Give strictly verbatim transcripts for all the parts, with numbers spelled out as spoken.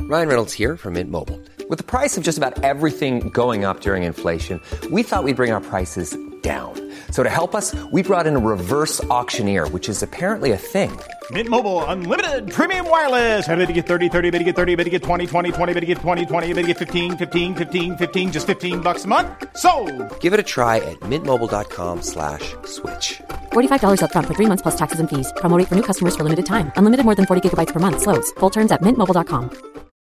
Ryan Reynolds here from Mint Mobile. With the price of just about everything going up during inflation, we thought we'd bring our prices down. So to help us, we brought in a reverse auctioneer, which is apparently a thing. Mint Mobile Unlimited Premium Wireless. How to get thirty, thirty, how to get thirty, how to get twenty, twenty, twenty, how to get twenty, twenty, how to get fifteen, fifteen, fifteen, fifteen, just fifteen bucks a month? Sold! Give it a try at mintmobile.com slash switch. forty-five dollars up front for three months plus taxes and fees. Promo rate for new customers for limited time. Unlimited more than forty gigabytes per month. Slows full terms at mint mobile dot com.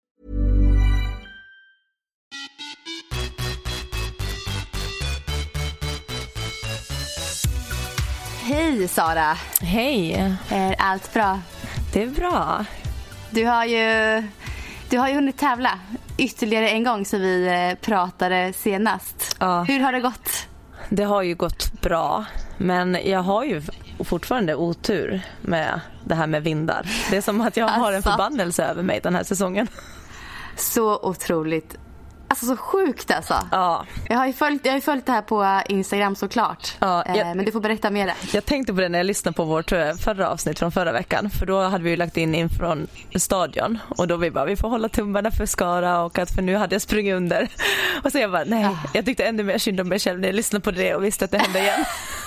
Hej Sara. Hej. Är allt bra? Det är bra. Du har ju, du har ju hunnit tävla ytterligare en gång så vi pratade senast. Ja. Hur har det gått? Det har ju gått bra. Men jag har ju fortfarande otur med det här med vindar. Det är som att jag har en Alltså. förbannelse över mig den här säsongen. Så otroligt. Alltså så sjukt alltså. Ja. Jag har ju följt, jag har ju följt det här på Instagram såklart. Ja, jag- eh, men du får berätta mer. Jag tänkte på det när jag lyssnade på vårt eh, förra avsnitt från förra veckan. För då hade vi ju lagt in in från stadion. Och då vi bara, vi får hålla tummarna för Skara. Och att för nu hade jag sprungit under. Och så jag bara, nej. Jag tyckte ännu mer synd om mig själv när jag lyssnade på det och visste att det hände igen.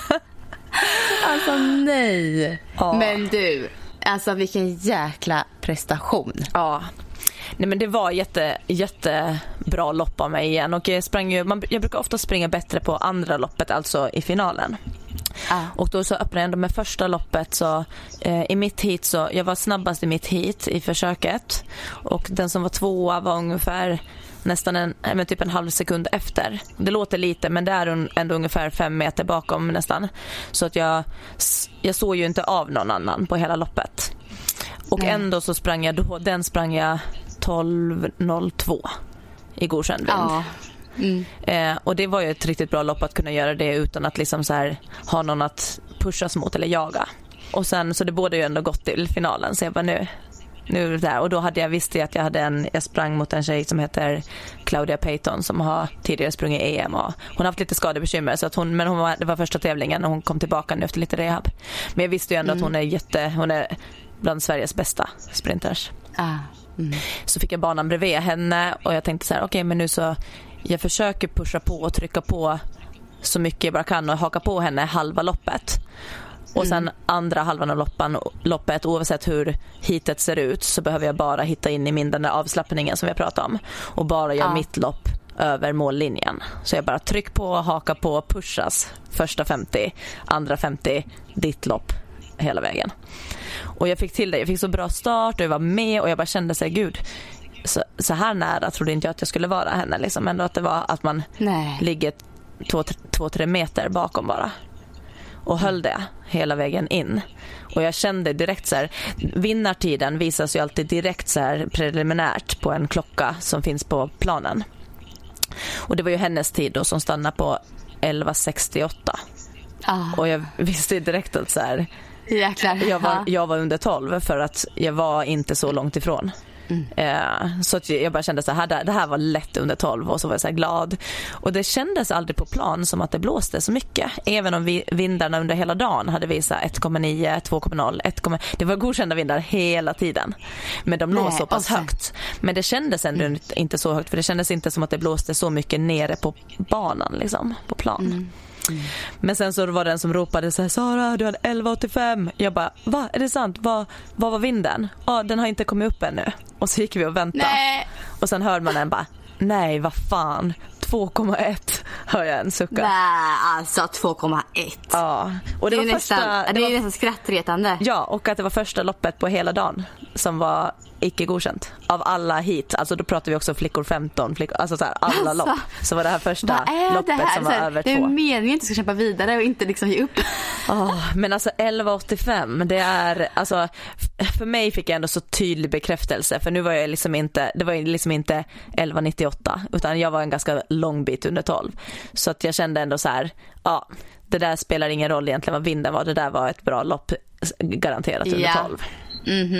Alltså nej. Ja. Men du, alltså vilken jäkla prestation. Ja. Nej, men det var jätte, jättebra lopp av mig igen. Och jag, sprang ju, man, jag brukar ofta springa bättre på andra loppet, alltså i finalen. Ah. Och då så öppnade jag ändå med första loppet så eh, i mitt hit så jag var snabbast i mitt hit i försöket och den som var tvåa var ungefär nästan en, men typ en halv sekund efter. Det låter lite men det är ändå ungefär fem meter bakom nästan. Så att jag, jag såg ju inte av någon annan på hela loppet. Och Nej. ändå så sprang jag då, den sprang jag tolv noll två i godkänd vind. Ja. Mm. Eh, och det var ju ett riktigt bra lopp att kunna göra det utan att liksom så här, ha någon att pushas mot eller jaga. Och sen så det borde ju ändå gått till finalen så jag bara nu nu där och då hade jag visst att jag hade en jag sprang mot en tjej som heter Claudia Payton som har tidigare sprungit E M och hon har haft lite skadebekymmer så att hon men hon var, det var första tävlingen och hon kom tillbaka nu efter lite rehab. Men jag visste ju ändå mm. att hon är jätte hon är bland Sveriges bästa sprinters. Ah. Mm. Så fick jag banan bredvid henne och jag tänkte så här okej okay, men nu så jag försöker pusha på och trycka på så mycket jag bara kan och haka på henne halva loppet. Och sen mm. andra halvan av loppen, loppet, oavsett hur hitet ser ut så behöver jag bara hitta in i min den där avslappningen som vi har pratat om. Och bara göra ja. mitt lopp över mållinjen. Så jag bara tryck på, haka på, pushas. Första femtio, andra femtio, ditt lopp hela vägen. Och jag fick till det, jag fick så bra start och jag var med och jag bara kände sig gud. Så, så här nära trodde inte jag att jag skulle vara henne liksom. Ändå att det var att man Nej. ligger två, två, tre meter bakom bara. Och höll det hela vägen in. Och jag kände direkt så här, vinnartiden visas ju alltid direkt så här preliminärt på en klocka som finns på planen. Och det var ju hennes tid då som stannade på elva sextioåtta. Ah. Och jag visste direkt att så här, Jäklar. jag var, jag var under tolv för att jag var inte så långt ifrån. Mm. Eh, så att jag bara kände så här, det här var lätt under tolv och så var jag så här glad. Och det kändes aldrig på plan som att det blåste så mycket. Även om vi, vindarna under hela dagen hade visat ett komma nio, två komma noll, ett komma noll. Det var godkända vindar hela tiden. Men de låg Nej, så pass okay. högt. Men det kändes ändå mm. inte så högt. För det kändes inte som att det blåste så mycket nere på banan liksom, på plan. Mm. Mm. Men sen så var det en som ropade så här, Sara, du hade elva åttiofem. Jag bara, va? Är det sant? Vad vad var vinden? Ja, ah, den har inte kommit upp ännu. Och så gick vi och väntade. Nej. Och sen hör man en bara, nej, vad fan, två komma ett hör jag en sucka. Nej, alltså två komma ett. Ja, och det, det är var nästan, första, det det är var, nästan skrattretande. ja, och att det var första loppet på hela dagen som var icke godkänt av alla hit. Alltså då pratar vi också flickor femton, flickor, alltså så här, alla alltså, lopp. Så var det här första loppet det här? som var här, över det två. är meningen att du ska kämpa vidare och inte liksom ge upp. Oh, men alltså elva åttiofem, det är alltså för mig fick jag ändå så tydlig bekräftelse för nu var jag liksom inte, det var liksom inte elva nittioåtta utan jag var en ganska lång bit under tolv. Så att jag kände ändå så här, ja, det där spelar ingen roll egentligen vad vinden var, det där var ett bra lopp garanterat under ja. tolv. Mhm.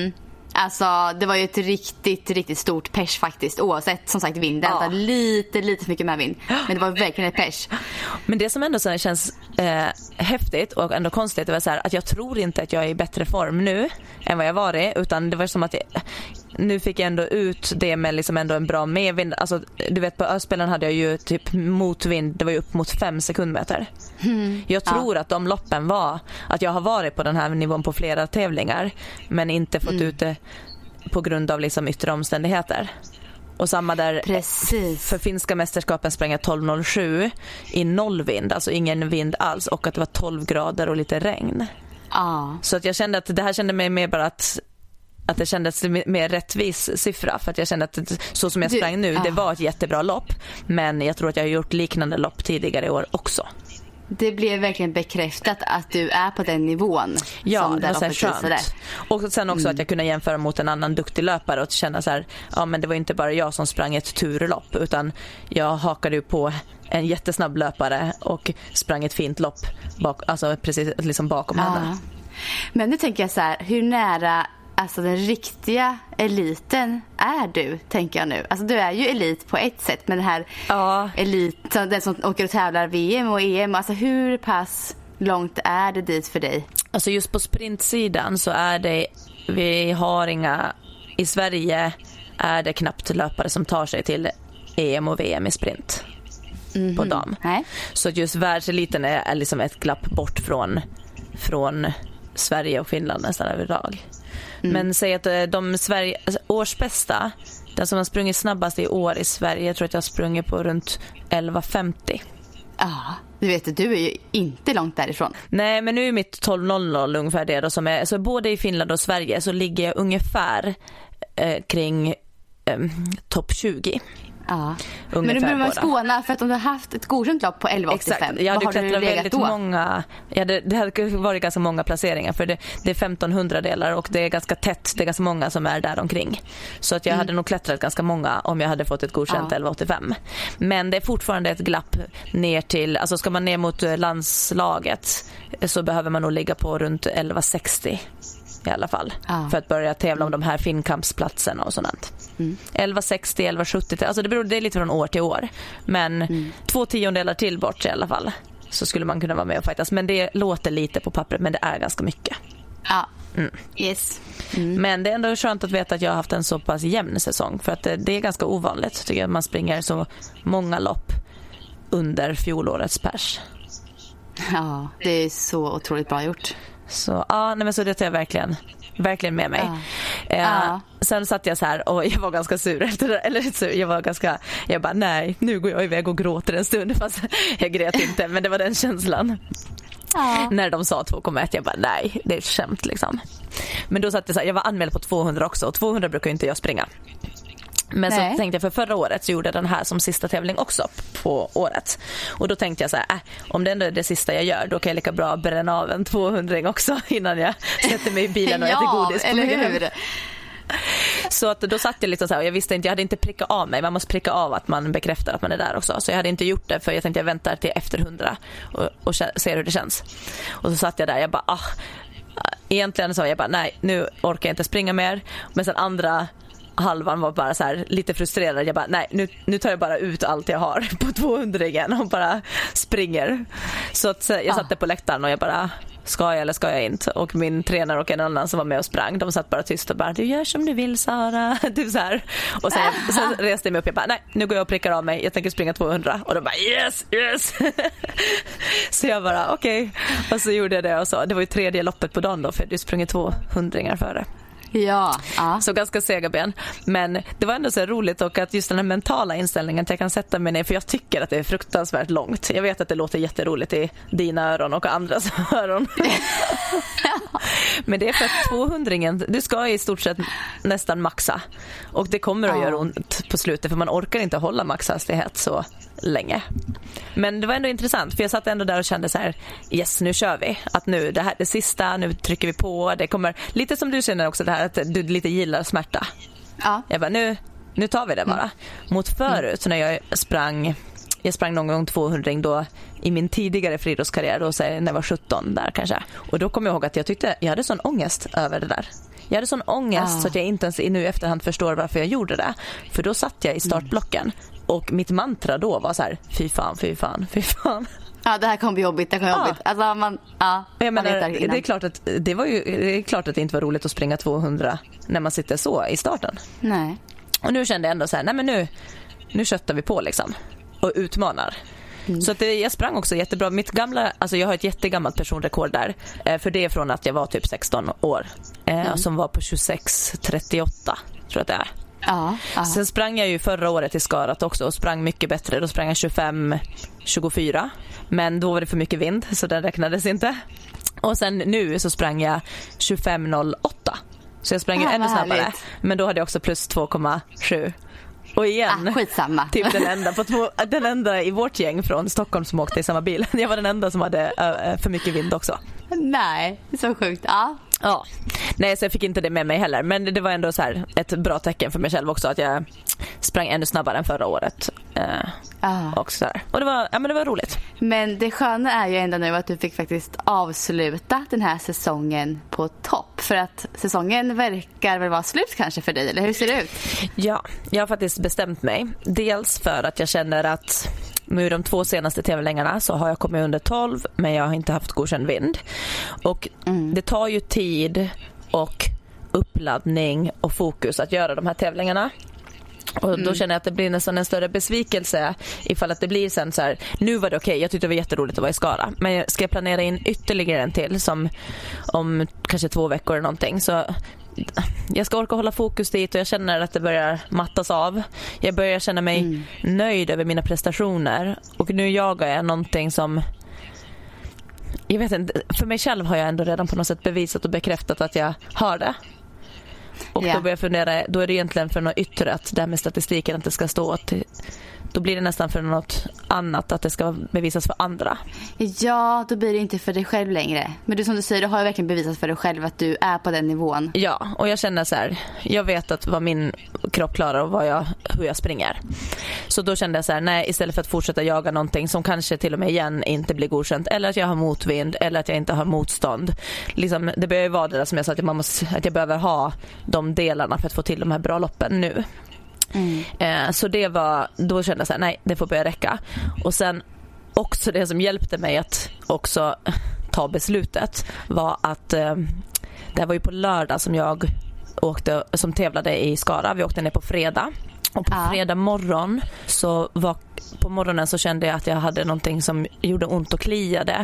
Alltså det var ju ett riktigt, riktigt stort pers faktiskt. Oavsett som sagt vinden. Ja. Lite, lite för mycket med vind. Men det var verkligen ett pers. Men det som ändå så känns eh, häftigt och ändå konstigt det var så här, att jag tror inte att jag är i bättre form nu än vad jag varit. Utan det var som att jag, nu fick jag ändå ut det med liksom ändå en bra medvind. Alltså du vet på Öspelen hade jag ju typ motvind. Det var ju upp mot fem sekundmeter. Mm. Jag tror ja. att de loppen var att jag har varit på den här nivån på flera tävlingar. Men inte fått mm. ut det på grund av liksom yttre omständigheter. Och samma där. Precis. För finska mästerskapen sprang jag tolv noll sju i nollvind, alltså ingen vind alls, och att det var tolv grader och lite regn. Ah. Så att jag kände att det här kände mig mer bara att att det kändes mer rättvis siffra, för att jag kände att så som jag sprang nu, du, ah. det var ett jättebra lopp, men jag tror att jag har gjort liknande lopp tidigare i år också. Det blev verkligen bekräftat att du är på den nivån. Ja, som det var så här skönt. Och sen också mm. att jag kunde jämföra mot en annan duktig löpare och känna så här, ja men det var inte bara jag som sprang ett turlopp, utan jag hakade ju på en jättesnabb löpare och sprang ett fint lopp bak, alltså precis liksom bakom ja. henne. Men nu tänker jag så här, hur nära alltså den riktiga eliten är du, tänker jag nu. Alltså du är ju elit på ett sätt, men den här ja. elit, den som åker och tävlar V M och E M, alltså hur pass långt är det dit för dig? Alltså just på sprintsidan så är det, vi har inga, i Sverige är det knappt löpare som tar sig till E M och V M i sprint mm-hmm. på dam. Nej. Så just världseliten är, är liksom ett glapp bort från, från Sverige och Finland nästan överlag. Mm. Men säg att de Sverige, alltså årsbästa, den som har sprungit snabbast i år i Sverige, jag tror att jag har sprungit på runt elva femtio. Ja, ah, du vet, du är ju inte långt därifrån. Nej, men nu är mitt tolv noll noll ungefär det då, som är, så både i Finland och Sverige så ligger jag ungefär eh, kring eh, topp tjugo. Ja. Men du behöver man skåna för att om du har haft ett godkänt lopp på elva åttiofem. Exakt, jag hade klättrat väldigt då? många jag hade, det hade varit ganska många placeringar, för det, det är femtonhundra delar och det är ganska tätt, det är ganska många som är där omkring. Så att jag mm. hade nog klättrat ganska många om jag hade fått ett godkänt ja. elva åttiofem. Men det är fortfarande ett glapp ner till, alltså ska man ner mot landslaget så behöver man nog ligga på runt elva sextio i alla fall, ah. för att börja tävla om de här finkampsplatserna och sånt. Mm. elva sextio, elva sjuttio, alltså det beror det är lite från år till år, men mm. två tiondelar till bort i alla fall så skulle man kunna vara med och fightas, men det låter lite på pappret, men det är ganska mycket. Ja. Mm. Yes. Mm. Men det är ändå skönt att veta att jag har haft en så pass jämn säsong, för att det, det är ganska ovanligt tycker jag, att man springer så många lopp under fjolårets pers. Ja, det är så otroligt bra gjort. Så ja, nej, men så det tar jag verkligen verkligen med mig. Ja. Eh, ja. Sen satt jag så här och jag var ganska sur efter det, eller sur, jag var ganska jag bara nej, nu går jag iväg och gråter en stund, fast jag grät inte, men det var den känslan. Ja. När de sa två komma ett, jag bara nej, det är skämt liksom. Men då satt jag så här, jag var anmäld på tvåhundra också, och tvåhundra brukar ju inte jag springa. Men Nej. så tänkte jag, för förra året så gjorde jag den här som sista tävling också på året. Och då tänkte jag så här, äh, om det ändå är det sista jag gör, då kan jag lika bra bränna av en tvåhundring också innan jag sätter mig i bilen och ja, äter godis. Eller hur? Så att då satt jag liksom så här, och jag visste inte, jag hade inte prickat av mig. Man måste pricka av att man bekräftar att man är där också. Så jag hade inte gjort det, för jag tänkte jag väntar till efter hundra och, och ser hur det känns. Och så satt jag där, jag bara, ah, egentligen så jag bara, nej, nu orkar jag inte springa mer. Men sen andra halvan var bara så här lite frustrerad. Jag bara, nej, nu, nu tar jag bara ut allt jag har på tvåhundringen och bara springer. Så att jag ah. satt på läktaren och jag bara, ska jag eller ska jag inte? Och min tränare och en annan som var med och sprang, de satt bara tyst och bara, du gör som du vill, Sara. Du så här. Och sen, sen reste jag mig upp och jag bara, nej, nu går jag och prickar av mig. Jag tänker springa tvåhundra. Och de bara, yes, yes. Så jag bara, okej. Okay. Och så gjorde jag det och så. Det var ju tredje loppet på dagen då, för du sprang tvåhundringar före. Ja, ja. Så ganska sega ben. Men det var ändå så roligt, och att just den här mentala inställningen att jag kan sätta mig ner, för jag tycker att det är fruktansvärt långt. Jag vet att det låter jätteroligt i dina öron och andras öron. Men det är för att tvåhundringen, du ska i stort sett nästan maxa. Och det kommer att ja. göra ont på slutet, för man orkar inte hålla maxhastighet så länge. Men det var ändå intressant, för jag satt ändå där och kände så här, yes, nu kör vi. Att nu, det här är det sista, nu trycker vi på. Det kommer, lite som du känner också det här, att du lite gillar smärta. Ja. Jag bara, nu, nu tar vi det bara. Mm. Mot förut, när jag sprang jag sprang någon gång tvåhundra då i min tidigare friidrottskarriär, då, när jag var sjutton där kanske. Och då kom jag ihåg att jag tyckte, jag hade sån ångest över det där. Jag hade sån ångest ah. så att jag inte ens nu i efterhand förstår varför jag gjorde det. För då satt jag i startblocken mm. och mitt mantra då var så här: fy fan, fy fan, fy fan. Ja, det här kommer bli jobbigt, det kommer bli jobbigt. Alltså man, ja, jag menar, det är klart att det var ju det är klart att det inte var roligt att springa tvåhundra när man sitter så i starten. Nej. Och nu kände jag ändå så här, nej men nu nu köttar vi på liksom och utmanar. Mm. Så att det, jag sprang också jättebra. Mitt gamla, alltså jag har ett jättegammalt personrekord där. Eh, för det är från att jag var typ sexton år. Eh, mm. Som var på tjugosex trettioåtta tror jag att det är. Ja, ja. Sen sprang jag ju förra året i Skarat också och sprang mycket bättre. Då sprang jag tjugofem tjugofyra. Men då var det för mycket vind så den räknades inte. Och sen nu så sprang jag tjugofem noll åtta. Så jag sprang ju ännu snabbare. Härligt. Men då hade jag också plus två komma sju. Och igen, ah, skitsamma. Typ den enda, på två, den enda i vårt gäng från Stockholm som åkte i samma bil. Jag var den enda som hade uh, för mycket vind också. Nej, så sjukt. Ja. Ja. Nej, så jag fick inte det med mig heller. Men det var ändå så här ett bra tecken för mig själv också att jag sprang ännu snabbare än förra året. Uh, ah. och, så här. och det var, ja, men det var roligt. Men det sköna är ju ändå nu att du fick faktiskt avsluta den här säsongen på topp. För att säsongen verkar väl vara slut kanske för dig, eller hur ser det ut? Ja, jag har faktiskt bestämt mig. Dels för att jag känner att med de två senaste tävlingarna så har jag kommit under tolv, men jag har inte haft godkänd vind. Och mm. det tar ju tid och uppladdning och fokus att göra de här tävlingarna. Och då mm. känner jag att det blir nästan en större besvikelse ifall att det blir sen så här, nu var det okej, okay, jag tyckte det var jätteroligt att vara i Skara, men ska jag planera in ytterligare en till som om kanske två veckor eller någonting, så jag ska orka hålla fokus dit och jag känner att det börjar mattas av. Jag börjar känna mig mm. nöjd över mina prestationer och nu jagar jag någonting som jag vet inte, för mig själv har jag ändå redan på något sätt bevisat och bekräftat att jag har det. Och yeah. då börjar jag fundera, då är det egentligen för något yttre att det här med statistiken att det ska stå att då blir det nästan för något annat att det ska bevisas för andra. Ja, då blir det inte för dig själv längre. Men du som du säger, du har ju verkligen bevisat för dig själv att du är på den nivån. Ja, och jag känner så här, jag vet att vad min kropp klarar och vad jag, hur jag springer. Så då kände jag så här, nej, istället för att fortsätta jaga någonting som kanske till och med igen inte blir godkänt, eller att jag har motvind, eller att jag inte har motstånd. Liksom, det behöver vara det där som jag sa, att jag, måste, att jag behöver ha de delarna för att få till de här bra loppen nu. Mm. Eh, så det var, då kände jag så här, nej, det får börja räcka. Och sen också det som hjälpte mig att också ta beslutet var att eh, det var ju på lördag som jag åkte, som tävlade i Skara. Vi åkte ner på fredag. Och på ja. fredag morgon så var, på morgonen så kände jag att jag hade någonting som gjorde ont och kliade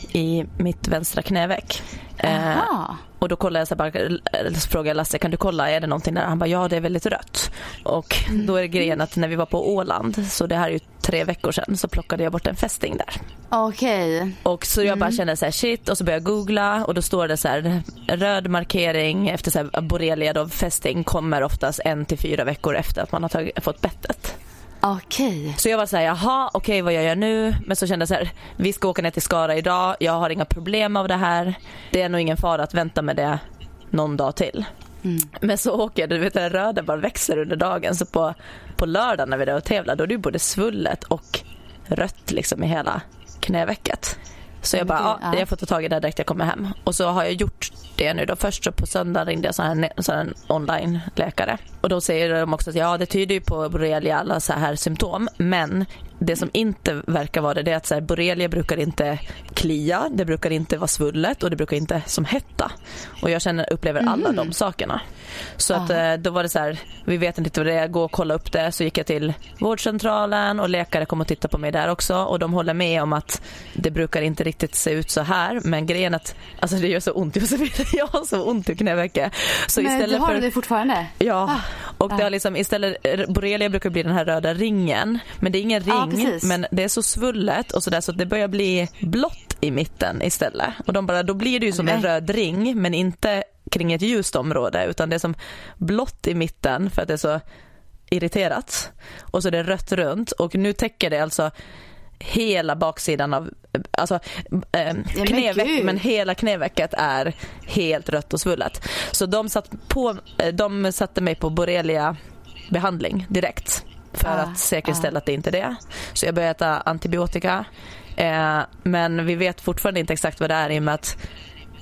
i mitt vänstra knäveck. Eh, och då kollade jag så bara, så frågade jag Lasse, kan du kolla, är det någonting där? Han bara, ja, det är väldigt rött. Och då är det grejen att när vi var på Åland, så det här är ju tre veckor sedan, så plockade jag bort en fästing där. Okej. Okay. Och så jag bara mm. kände så här, shit, och så började jag googla och då står det så här, röd markering efter så här, borrelia då, fästing kommer oftast en till fyra veckor efter att man har tagit, fått bettet. Okej. Okay. Så jag var så här, jaha, okej, okay, vad gör jag nu? Men så kände jag så här, vi ska åka ner till Skara idag. Jag har inga problem av det här. Det är nog ingen fara att vänta med det någon dag till. Mm. Men så åker jag, du vet, det röda bara växer under dagen. Så på, på lördag när vi är där och tävlar, då är det både svullet och rött liksom i hela knävecket. Så jag bara, ja, ja. jag får ta tag i det direkt jag kommer hem. Och så har jag gjort det nu då. Först så på söndag ringde jag så här, så här en online-läkare. Och då säger de också att ja, det tyder ju på borrelia, alla så här symptom. Men det som inte verkar vara det, det är att så här, borrelia brukar inte klia. Det brukar inte vara svullet och det brukar inte som hetta. Och jag känner, upplever alla mm. de sakerna. Så att eh, då var det så här, vi vet inte vad det är, gå och kolla upp det. Så gick jag till vårdcentralen och läkare kom och titta på mig där också. Och de håller med om att det brukar inte riktigt se ut så här. Men grejen att, alltså det gör så ont. Jag har så ont i knävecket. Så men istället du har för, det fortfarande? Ja, ah, och ah. det har liksom istället, borrelia brukar bli den här röda ringen. Men det är ingen ring, ah, men det är så svullet och sådär, så det börjar bli blått i mitten istället. Och de bara, då blir det ju som en röd ring, men inte kring ett ljust område, utan det är som blått i mitten för att det är så irriterat. Och så är det rött runt, och nu täcker det alltså hela baksidan av, alltså eh, knäveck, men hela knävecket är helt rött och svullet. Så de satt på, de satte mig på borrelia behandling direkt för ah, att säkerställa ah. att det inte är det. Så jag började äta antibiotika, eh, men vi vet fortfarande inte exakt vad det är, i och med att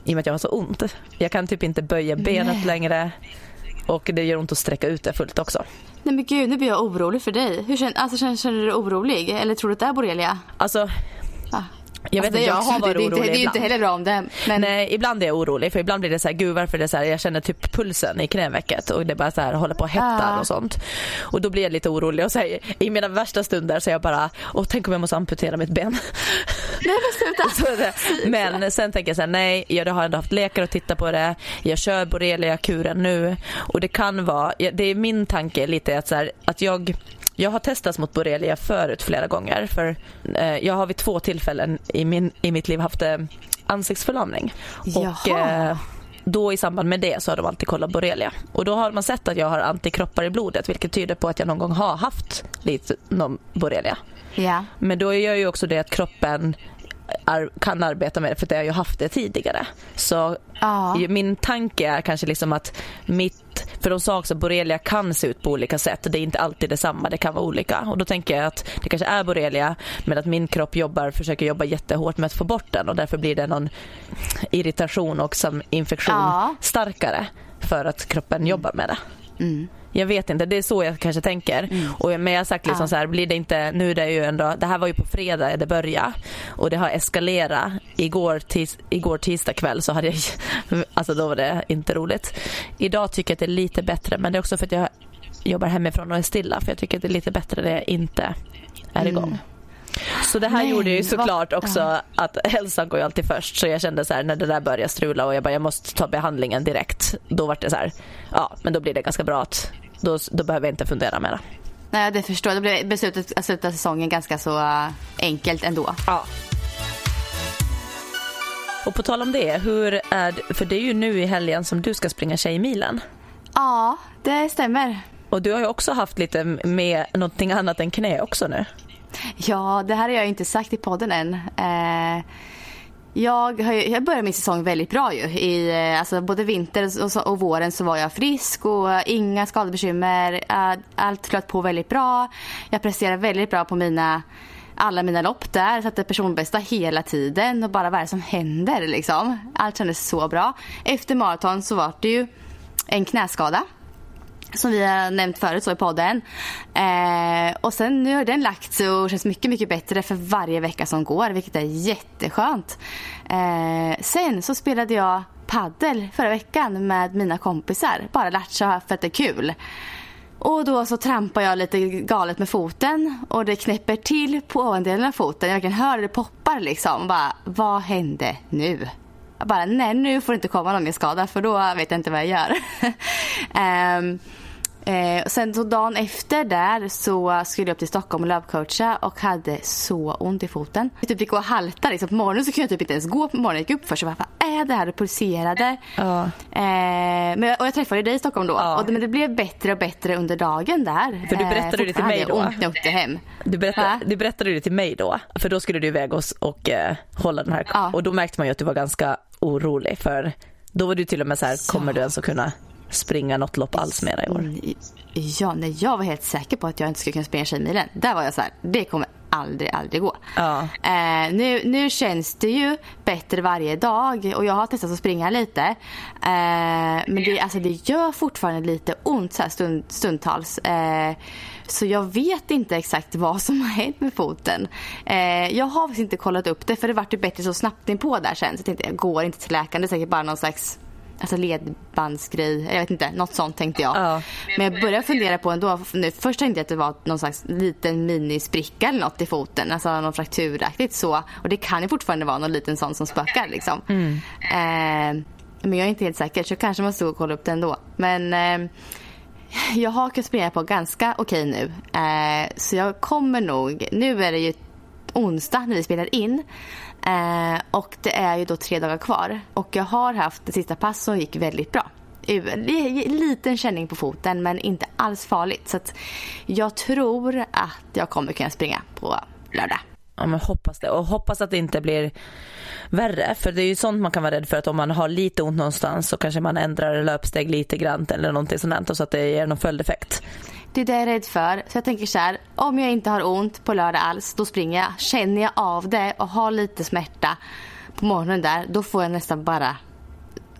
i och med att jag har så ont. Jag kan typ inte böja benet Nej. längre och det gör ont att sträcka ut det fullt också. Nej men gud, nu blir jag orolig för dig. Hur känner, alltså, känner, känner du dig orolig? Eller tror du att det är borrelia? Alltså... Ah. Jag vet alltså, inte, jag har varit det, orolig det, det är ju inte heller bra om det. Men... Nej, ibland är jag orolig. För ibland blir det så här, gud varför det är så här, jag känner typ pulsen i knävecket. Och det bara så här, håller på och hettar ah. och sånt. Och då blir jag lite orolig. Och så här, i mina värsta stunder så är jag bara, åh tänk om jag måste amputera mitt ben. Nej, men sluta. Men sen tänker jag så här, nej, jag har ändå haft läkare att titta på det. Jag kör borrelia-kuren nu. Och det kan vara, det är min tanke lite att, så här, att jag... Jag har testats mot borrelia förut flera gånger. För eh, jag har vid två tillfällen i, min, i mitt liv haft eh, ansiktsförlamning. Jaha. Och eh, då i samband med det så har de alltid kollat borrelia. Och då har man sett att jag har antikroppar i blodet. Vilket tyder på att jag någon gång har haft lite någon borrelia. Ja. Men då gör ju också det att kroppen kan arbeta med det, för det har jag haft det tidigare. Så ja. Min tanke är kanske liksom att mitt, för de sa också att borrelia kan se ut på olika sätt. Det är inte alltid detsamma, det kan vara olika. Och då tänker jag att det kanske är borrelia, men att min kropp jobbar, försöker jobba jättehårt med att få bort den, och därför blir det någon irritation och som infektion ja. starkare för att kroppen jobbar med det. Mm. Jag vet inte, det är så jag kanske tänker. Mm. Och, men jag har sagt liksom ja. så här, blir det inte, nu är det ju ändå, det här var ju på fredag det började och det har eskalerat. Igår, tis, igår tisdag kväll så hade jag, alltså då var det inte roligt. Idag tycker jag att det är lite bättre, men det är också för att jag jobbar hemifrån och är stilla, för jag tycker att det är lite bättre när jag inte är igång. Mm. Så det här Nej, gjorde ju såklart också ja. att hälsan går ju alltid först. Så jag kände så här, när det där började strula och jag bara, jag måste ta behandlingen direkt. Då var det så här, ja, men då blir det ganska bra att då, då behöver jag inte fundera mer. Nej, det förstår jag. Då blir beslutet att sluta säsongen ganska så enkelt ändå. Ja. Och på tal om det, hur är det, för det är ju nu i helgen som du ska springa Tjejmilen. Ja, det stämmer. Och du har ju också haft lite med någonting annat än knä också nu. Ja, det här har jag inte sagt i podden än. Eh, jag, har, jag började min säsong väldigt bra ju. I, alltså, både vinter och, och våren så var jag frisk och inga skadebekymmer. Allt flöt på väldigt bra. Jag presterade väldigt bra på mina, alla mina lopp där. Satte personbästa hela tiden och bara vad är det som händer liksom. Allt kändes så bra. Efter maraton så var det ju en knäskada, som vi har nämnt förut så i podden. Eh, och sen nu har den lagt sig och känns mycket, mycket bättre för varje vecka som går, vilket är jätteskönt. Eh, sen så spelade jag paddel förra veckan med mina kompisar. Bara latcha för att det är kul. Och då så trampar jag lite galet med foten och det knäpper till på ovandelen av foten. Jag verkligen hör det poppar liksom. Bara, vad hände nu? Jag bara, nej, nu får det inte komma någon mer skada, för då vet jag inte vad jag gör. um, eh, sen så dagen efter där så skulle jag upp till Stockholm och löpcoacha och hade så ont i foten. Jag typ gick och halta liksom. På morgonen så kunde jag typ inte ens gå på morgonen. Jag gick upp först och bara, vad är det här? Det pulserade. Uh. Eh, men jag, och jag träffade dig i Stockholm då. Uh. Och det, men det blev bättre och bättre under dagen där. För du berättade eh, det till mig då. Ont när jag åkte hem. Du berättade, du berättade det till mig då. För då skulle du iväg och, och uh, hålla den här. Uh. Och då märkte man ju att du var ganska orolig, för då var du till och med så här, så. kommer du ens att kunna springa något lopp alls mer i år? Ja, när jag var helt säker på att jag inte skulle kunna springa Tjejmilen, där var jag så här, det kommer aldrig, aldrig gå. Ja. Eh, nu, nu känns det ju bättre varje dag och jag har testat att springa lite. Eh, men det, alltså, det gör fortfarande lite ont så här stund, stundtals. Eh, så jag vet inte exakt vad som har hänt med foten. Eh, jag har faktiskt inte kollat upp det, för det vart ju bättre så snabbt in på där sen. Så jag tänkte, jag går inte till läkaren, det är säkert bara någon slags alltså ledbandsgrej, jag vet inte, något sånt tänkte jag. Ja. Men jag började fundera på ändå nu. Först tänkte jag att det var någon slags liten minispricka eller något i foten, alltså någon frakturaktigt så. Och det kan ju fortfarande vara någon liten sån som spökar liksom. Mm. Eh, men jag är inte helt säker, så kanske man ska kolla upp det ändå. Men eh, jag har kunnat springa på ganska okej nu. Eh, så jag kommer nog, nu är det ju onsdag när vi spelar in. Eh, och det är ju då tre dagar kvar. Och jag har haft det sista pass som gick väldigt bra. Liten känning på foten, men inte alls farligt. Så att jag tror att jag kommer kunna springa på lördag. Ja, men hoppas det. Och hoppas att det inte blir värre. För det är ju sånt man kan vara rädd för, att om man har lite ont någonstans så kanske man ändrar löpsteg lite grann eller någonting sånt, så att det ger någon följdeffekt. Det är det jag är rädd för. Så jag tänker så här, om jag inte har ont på lördag alls, då springer jag. Känner jag av det och har lite smärta på morgonen där, då får jag nästan bara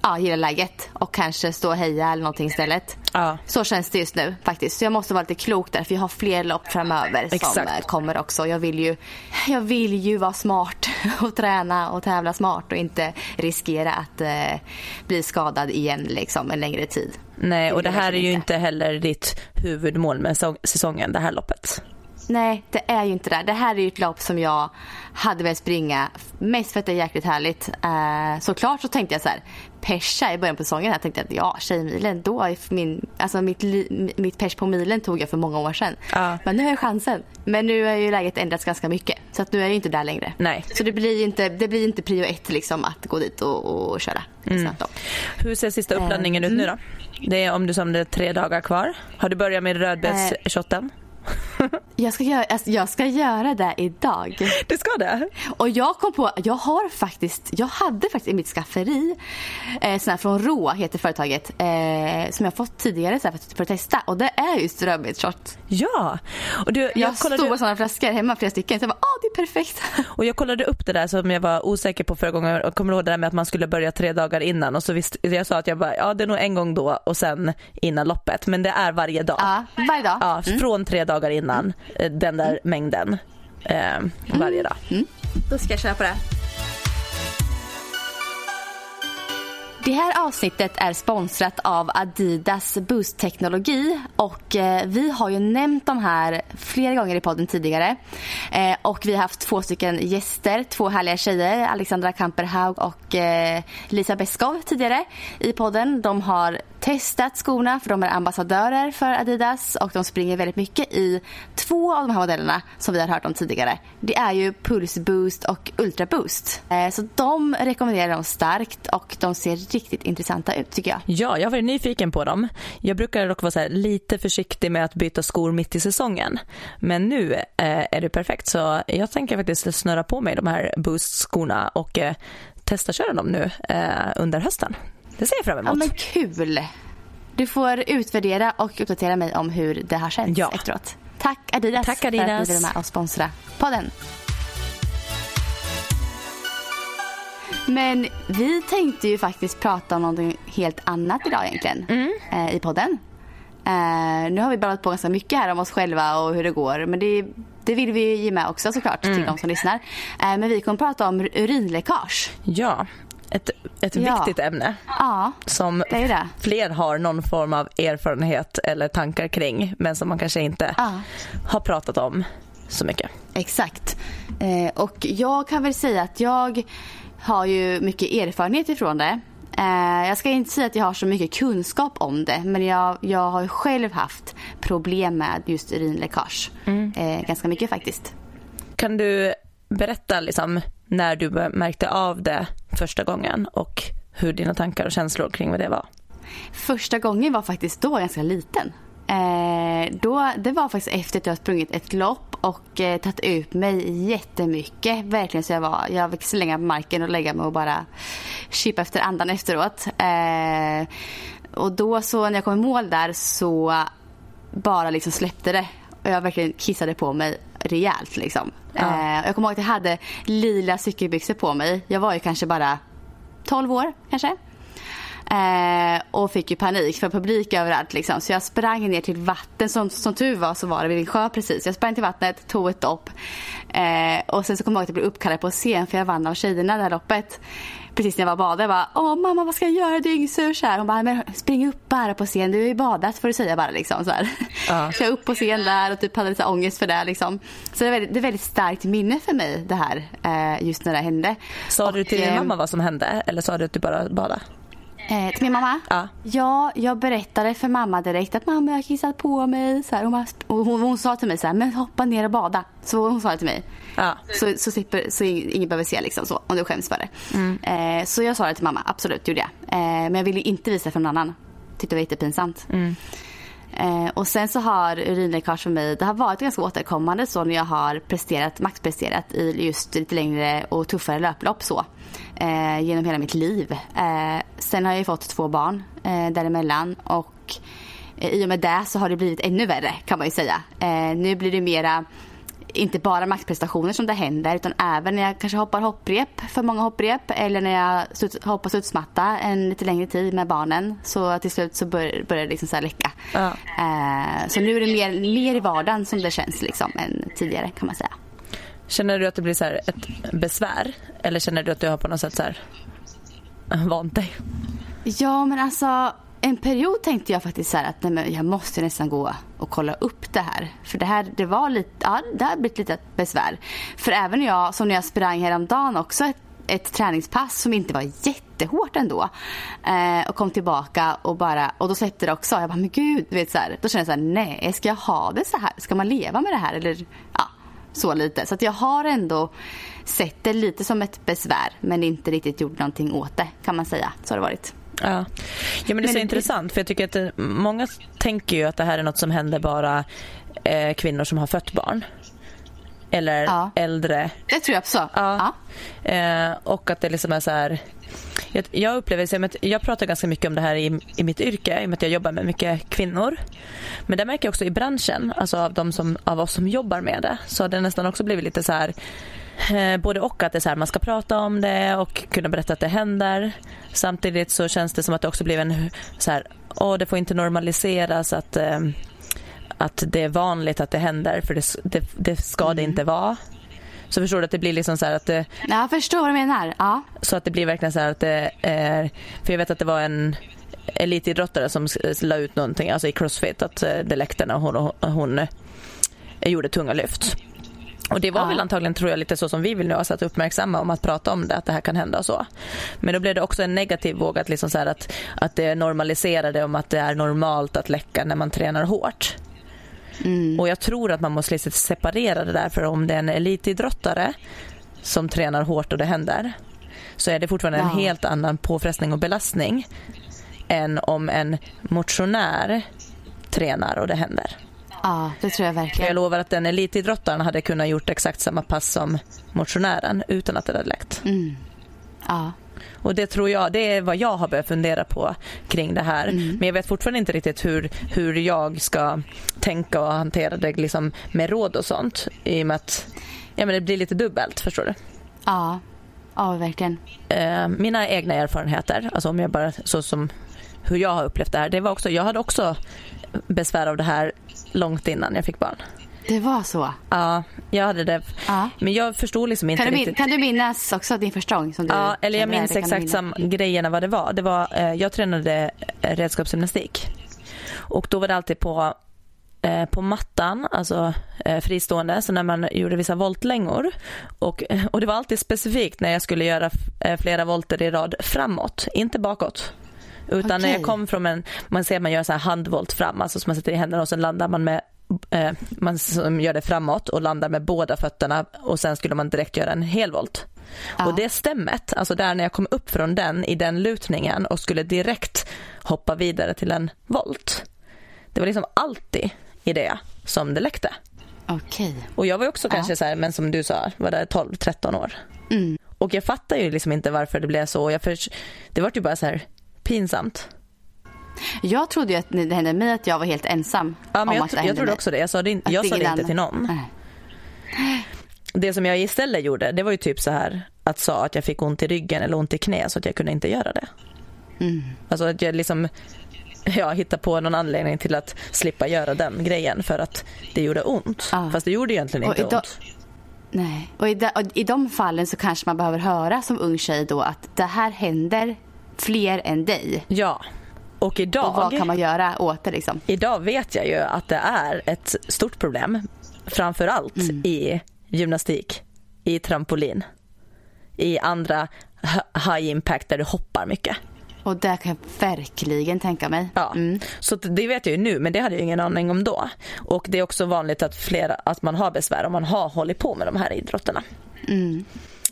ja, gilla läget och kanske stå och heja eller någonting istället. Ja. Så känns det just nu faktiskt. Så jag måste vara lite klok där, för jag har fler lopp framöver. Exakt. Som kommer också. Jag vill ju, jag vill ju vara smart och träna och tävla smart och inte riskera att eh, bli skadad igen liksom en längre tid. Nej, och det här är ju inte heller ditt huvudmål med säsongen, det här loppet. Nej, det är ju inte det. Det här är ju ett lopp som jag hade velat springa mest för att det är jäkligt härligt. Eh, såklart så tänkte jag så här, persa i början på säsongen. Jag tänkte att ja, tjejmilen, då är min, alltså mitt, mitt pers på milen tog jag för många år sedan. Ja. Men nu har jag chansen. Men nu är ju läget ändrats ganska mycket. Så att nu är jag inte där längre. Nej. Så det blir inte, det blir inte prio ett liksom, att gå dit och, och köra. Mm. Hur ser sista uppladdningen mm. ut nu då? Det är om du som det är tre dagar kvar. Har du börjat med rödbetsshotten? Jag ska, göra, alltså jag ska göra det idag. Du ska det? Och jag kom på, jag har faktiskt, jag hade faktiskt i mitt skafferi eh, sån här från Rå heter företaget, eh, som jag fått tidigare så här, för, för att testa. Och det är just rödbetsshot. Ja. Och du, jag, jag kollade... stod sådana flaskor hemma, flera stycken. Så jag bara, åh, det är perfekt. Och jag kollade upp det där som jag var osäker på förra gången. Och kommer ihåg det där med att man skulle börja tre dagar innan. Och så visst, jag sa att jag bara, ja det är nog en gång då och sen innan loppet. Men det är varje dag. Ja, varje dag. Ja, mm. Från tre dagar innan. Mm. Den där mm. mängden eh, varje mm. dag. Mm. Då ska jag köra på det. Det här avsnittet är sponsrat av Adidas Boost-teknologi och eh, vi har ju nämnt de här flera gånger i podden tidigare. Eh, och vi har haft två stycken gäster, två härliga tjejer, Alexandra Kamperhaug och eh, Lisa Beskov tidigare i podden. De har testat skorna för de är ambassadörer för Adidas och de springer väldigt mycket i två av de här modellerna som vi har hört om tidigare. Det är ju Pulse Boost och Ultra Boost. Eh, så de rekommenderar dem starkt och de ser riktigt intressanta ut tycker jag. Ja, jag var nyfiken på dem. Jag brukar dock vara så här, lite försiktig med att byta skor mitt i säsongen. Men nu eh, är det perfekt så jag tänker faktiskt snöra på mig de här Boost-skorna och eh, testa köra dem nu eh, under hösten. Det ser jag fram emot. Ja, men kul. Du får utvärdera och uppdatera mig om hur det har känts ja. efteråt. Tack Adidas, Tack Adidas för att ni vill med och sponsra podden. Men vi tänkte ju faktiskt prata om något helt annat idag egentligen mm. eh, i podden. Eh, nu har vi babblat på ganska mycket här om oss själva och hur det går. Men det, det vill vi ge med också såklart mm. till de som lyssnar. Eh, men vi kommer prata om urinläckage. Ja, ett, ett ja. viktigt ämne ja, som det är det. Fler har någon form av erfarenhet eller tankar kring men som man kanske inte ja. har pratat om så mycket. Exakt. Eh, och jag kan väl säga att jag har ju mycket erfarenhet ifrån det. Eh, jag ska inte säga att jag har så mycket kunskap om det, men jag, jag har själv haft problem med just urinläckage. Mm. Eh, ganska mycket faktiskt. Kan du berätta liksom när du märkte av det första gången och hur dina tankar och känslor kring vad det var? Första gången var faktiskt då ganska liten. Eh, då, det var faktiskt efter att jag sprungit ett lopp och eh, tagit ut mig jättemycket. Verkligen så jag var, jag fick slänga på marken och lägga mig och bara chippa efter andan efteråt. Eh, och då så när jag kom i mål där så bara liksom släppte det. Och jag verkligen kissade på mig rejält liksom. Ja. Eh, jag kommer ihåg att jag hade lila cykelbyxor på mig. Jag var ju kanske bara tolv år kanske. Eh, och fick ju panik för publik överallt liksom. Så jag sprang ner till vatten. Som, som tur var så var det vid en sjö precis. Jag sprang till vattnet, tog ett dopp. Eh, och sen så kom jag ihåg att jag blev uppkallad på scen. För jag vann av tjejerna det här loppet. Precis när jag var badad. Jag bara, åh mamma vad ska jag göra? Du är yngsur så här. Hon bara, men spring upp bara på scen. Du är ju badat får du säga bara liksom så här. Ja. Så jag upp på scen där och typ hade lite ångest för det liksom. Så det är väldigt, det är väldigt starkt minne för mig det här. Eh, just när det hände. Sa och, du till din mamma vad som hände? Eller sa du att du bara badade? Eh, till min mamma? Ja. Ja, jag berättade för mamma direkt att mamma jag har kissat på mig. Så här, hon, bara, hon, hon, hon sa till mig så här, men hoppa ner och bada. Så hon sa det till mig. Ja. Så, så, slipper, så ingen behöver se liksom så, om du skäms för det. Mm. Eh, så jag sa det till mamma, absolut gjorde jag. Eh, men jag ville inte visa för någon annan. Tyckte det var jättepinsamt. Mm. Eh, och sen så har urinläckage för mig, det har varit ganska återkommande så när jag har presterat, maxpresterat i just lite längre och tuffare löplopp så. Eh, genom hela mitt liv. Eh, sen har jag ju fått två barn eh, däremellan och eh, i och med det så har det blivit ännu värre kan man ju säga. Eh, nu blir det mera inte bara maxprestationer som det händer, utan även när jag kanske hoppar hopprep, för många hopprep, eller när jag studs, hoppar studsmatta en lite längre tid med barnen, så till slut så bör, börjar det liksom så här läcka. Ja. Eh, så nu är det mer, mer i vardagen som det känns liksom än tidigare, kan man säga. Känner du att det blir så här ett besvär, eller känner du att du har på något sätt så här vant dig? Ja, men alltså en period tänkte jag faktiskt så här att nej, men jag måste nästan gå och kolla upp det här. För det här, det var lite, ja, det har blivit lite besvär. För även jag, som när jag sprang häromdagen också, ett, ett träningspass som inte var jättehårt ändå. Eh, och kom tillbaka och bara, och då släppte det också. Jag bara, men gud, du vet så här, då kände jag så här, nej, ska jag ha det så här? Ska man leva med det här? Eller, ja, så lite. Så att jag har ändå sett det lite som ett besvär, men inte riktigt gjort någonting åt det, kan man säga. Så har det varit. Ja. Ja, men det är så men, intressant, för jag tycker att det, många tänker ju att det här är något som händer bara eh, kvinnor som har fött barn. Eller ja. äldre. Det tror jag också. Ja. Ja. Eh, och att det liksom är så här, jag, jag upplever så att jag pratar ganska mycket om det här i, i mitt yrke, i och med att jag jobbar med mycket kvinnor. Men det märker jag också i branschen, alltså av, de som, av oss som jobbar med det. Så har det nästan också blivit lite så här, eh, både och att det är så här, man ska prata om det och kunna berätta att det händer. Samtidigt så känns det som att det också blir en så här, åh, det får inte normaliseras att, eh, att det är vanligt att det händer, för det, det, det ska mm. det inte vara. Så förstår du att det blir liksom så här att det, ja, jag förstår vad du menar. Ja. Så att det blir verkligen så här att det är, för jag vet att det var en elitidrottare som la ut någonting, alltså i CrossFit, att det läckte när hon, hon gjorde tunga lyft. Och det var ja. väl antagligen, tror jag, lite så som vi vill nu, alltså att uppmärksamma om att prata om det, att det här kan hända och så. Men då blev det också en negativ våg att, liksom så här att, att det normaliserade om att det är normalt att läcka när man tränar hårt. Mm. Och jag tror att man måste liksom separera det där, för om det är en elitidrottare som tränar hårt och det händer, så är det fortfarande ja. en helt annan påfrestning och belastning än om en motionär tränar och det händer. Ja, det tror jag verkligen. Jag lovar att den elitidrottaren hade kunnat gjort exakt samma pass som motionären utan att det hade läckt. Mm. Ja. Och det tror jag, det är vad jag har börjat fundera på kring det här. Mm. Men jag vet fortfarande inte riktigt hur, hur jag ska tänka och hantera det liksom med råd och sånt. I och med att ja, men det blir lite dubbelt, förstår du? Ja, ja verkligen. Eh, mina egna erfarenheter, alltså om jag bara så som hur jag har upplevt det här, det var också, jag hade också besvär av det här långt innan jag fick barn. Det var så? Ja, jag hade det. Ja. Men jag förstod liksom inte kan du, riktigt. Kan du minnas också din första gång? Som du ja, eller jag minns exakt samma grejerna vad det var. Det var eh, jag tränade redskapsgymnastik. Och då var det alltid på, eh, på mattan, alltså eh, fristående, så när man gjorde vissa voltlängor. Och, och det var alltid specifikt när jag skulle göra f- flera volter i rad framåt, inte bakåt. Utan okay. när jag kom från en, man ser att man gör så här handvolt fram, alltså som man sätter i händerna och sen landar man med eh, man gör det framåt och landar med båda fötterna, och sen skulle man direkt göra en helvolt. Ja. Och det stämmet, alltså där när jag kom upp från den i den lutningen och skulle direkt hoppa vidare till en volt. Det var liksom alltid i det som det läckte. Okej. Okay. Och jag var också ja. kanske så här, men som du sa, var det tolv tretton år. Mm. Och jag fattar ju liksom inte varför det blev så. Jag för, det var ju bara så här pinsamt. Jag trodde ju att det hände mig att jag var helt ensam. Ja, men om jag, att det jag trodde också det. Jag sa det, in, jag sa det inte till någon. Nej. Det som jag istället gjorde, det var ju typ så här att sa att jag fick ont i ryggen eller ont i knä så att jag kunde inte göra det. Mm. Alltså att jag liksom ja, hittade på någon anledning till att slippa göra den grejen för att det gjorde ont. Ah. Fast det gjorde egentligen inte och ont. Nej, och i, de, och i de fallen så kanske man behöver höra som ung tjej då att det här händer fler än dig. Ja, och idag... Och vad kan man göra åt det liksom? Idag vet jag ju att det är ett stort problem. Framförallt mm. i gymnastik, i trampolin, i andra high impact där du hoppar mycket. Och det kan jag verkligen tänka mig. Ja, mm. Så det vet jag ju nu, men det hade jag ingen aning om då. Och det är också vanligt att, flera, att man har besvär om man har hållit på med de här idrotterna. Mm.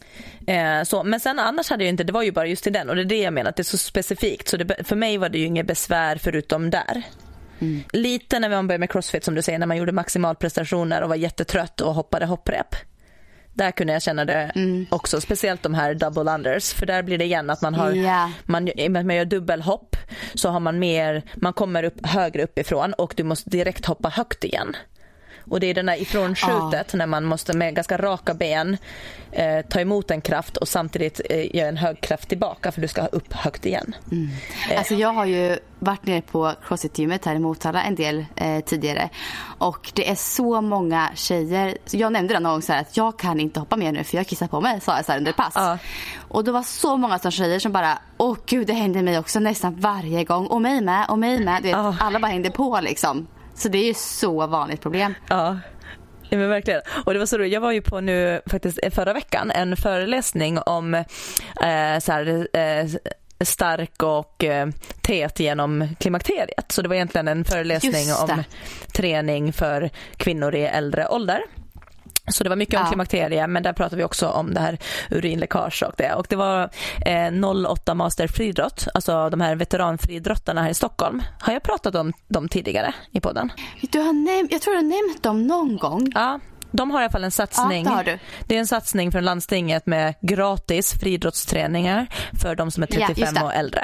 Eh, så, men sen annars hade jag inte, det var ju bara just i den. Och det är det jag menar, att det är så specifikt. Så det, för mig var det ju inget besvär förutom där. Mm. Lite när man började med CrossFit som du säger, när man gjorde maximalprestationer och var jättetrött och hoppade hopprep. Där kunde jag känna det mm. också, speciellt de här double unders, för där blir det igen att man har yeah. man, man gör dubbelhopp, så har man mer, man kommer upp högre uppifrån och du måste direkt hoppa högt igen. Och det är den här ifrån skjutet, ah. när man måste med ganska raka ben eh, ta emot en kraft och samtidigt eh, göra en hög kraft tillbaka för du ska ha upp högt igen. Mm. Eh. Alltså jag har ju varit nere på CrossFit-gymmet här i Motala en del eh, tidigare. Och det är så många tjejer. Jag nämnde det någon gång så här att jag kan inte hoppa mer nu för jag kissar på mig, sa jag så här under pass. Ah. Och då var så många som tjejer som bara, åh gud, det händer mig också nästan varje gång. Och mig med, och mig med. Du vet, ah. alla bara hängde på liksom. Så det är ju så vanligt problem. Ja. Ja, men verkligen. Och det var så roligt. Jag var ju på nu faktiskt förra veckan en föreläsning om eh, så här, eh, stark och eh, tät genom klimakteriet. Så det var egentligen en föreläsning om träning för kvinnor i äldre ålder. Så det var mycket om ja. klimakterie, men där pratade vi också om det här urinläckage och det. Och det var eh, noll åtta Master friidrott, alltså de här veteranfriidrottarna här i Stockholm. Har jag pratat om dem tidigare i podden? Du har näm- jag tror du har nämnt dem någon gång. Ja. De har i alla fall en satsning. Ja, det, det är en satsning från landstinget med gratis friidrottsträningar för de som är trettiofem ja, och äldre.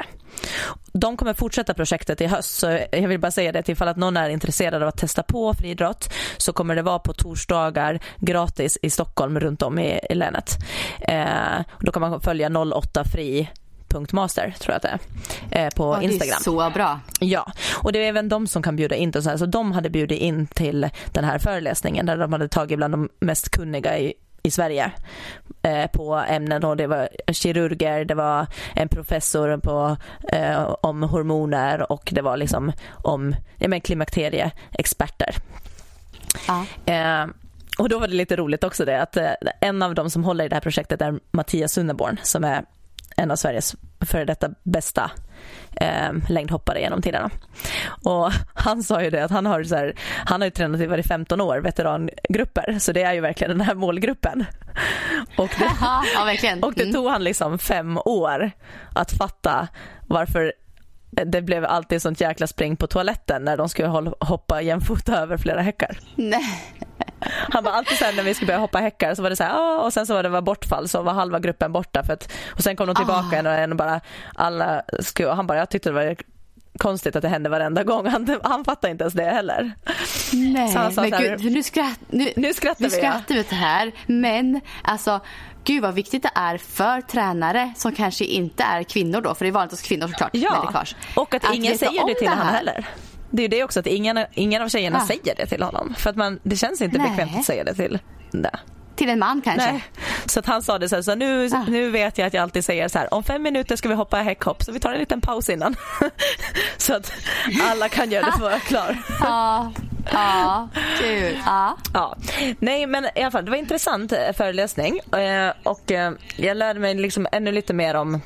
De kommer fortsätta projektet i höst, så jag vill bara säga det, ifall att någon är intresserad av att testa på friidrott så kommer det vara på torsdagar gratis i Stockholm runt om i, i länet. Eh, då kan man följa noll åtta fri punkt master tror jag att det är eh, på oh, Instagram. Det är så bra. Ja, och det är även de som kan bjuda in till så här, så de hade bjudit in till den här föreläsningen där de hade tagit bland de mest kunniga i i Sverige eh, på ämnen, och det var kirurger, det var en professor på eh, om hormoner och det var liksom om ja, men klimakterieexperter. Ja. Eh, och då var det lite roligt också det att eh, en av de som håller i det här projektet är Mattias Sunderborn som är en av Sveriges före detta bästa eh, längdhoppare genom tiderna. Och han sa ju det att han har så här, han har ju tränat i varje femton år veterangrupper, så det är ju verkligen den här målgruppen. Och det, ja, verkligen. Och det tog han liksom fem år att fatta varför det blev alltid sånt jäkla spring på toaletten när de skulle hålla, hoppa jämfota över flera häckar. Nej. Han var alltid så här, när vi skulle börja hoppa häckar så var det så här, och sen så var det var bortfall, så var halva gruppen borta för att, och sen kom de tillbaka oh. och en bara alla skulle, han bara, jag tyckte det var konstigt att det hände varenda gång. Han, han fattade inte ens det heller. Nej, så han sa men så här, gud, nu, skratt, nu, nu skrattar nu vi. skrattar vi det här, men alltså gud vad viktigt det är för tränare som kanske inte är kvinnor då, för det är vanligt hos kvinnor såklart. Ja, och att, att ingen säger det till honom heller. Det är ju det också, att ingen, ingen av tjejerna ah. säger det till honom. För att man, det känns inte Nej. bekvämt att säga det till det. Till en man kanske. Nej. Så att han sa det så här, så nu, ah. nu vet jag att jag alltid säger så här, om fem minuter ska vi hoppa häckhopp, så vi tar en liten paus innan. Så att alla kan göra det för att vara klar. Ja, ja, kul. Ja. Ja. Nej, men i alla fall, det var en intressant föreläsning. Och jag lärde mig liksom ännu lite mer om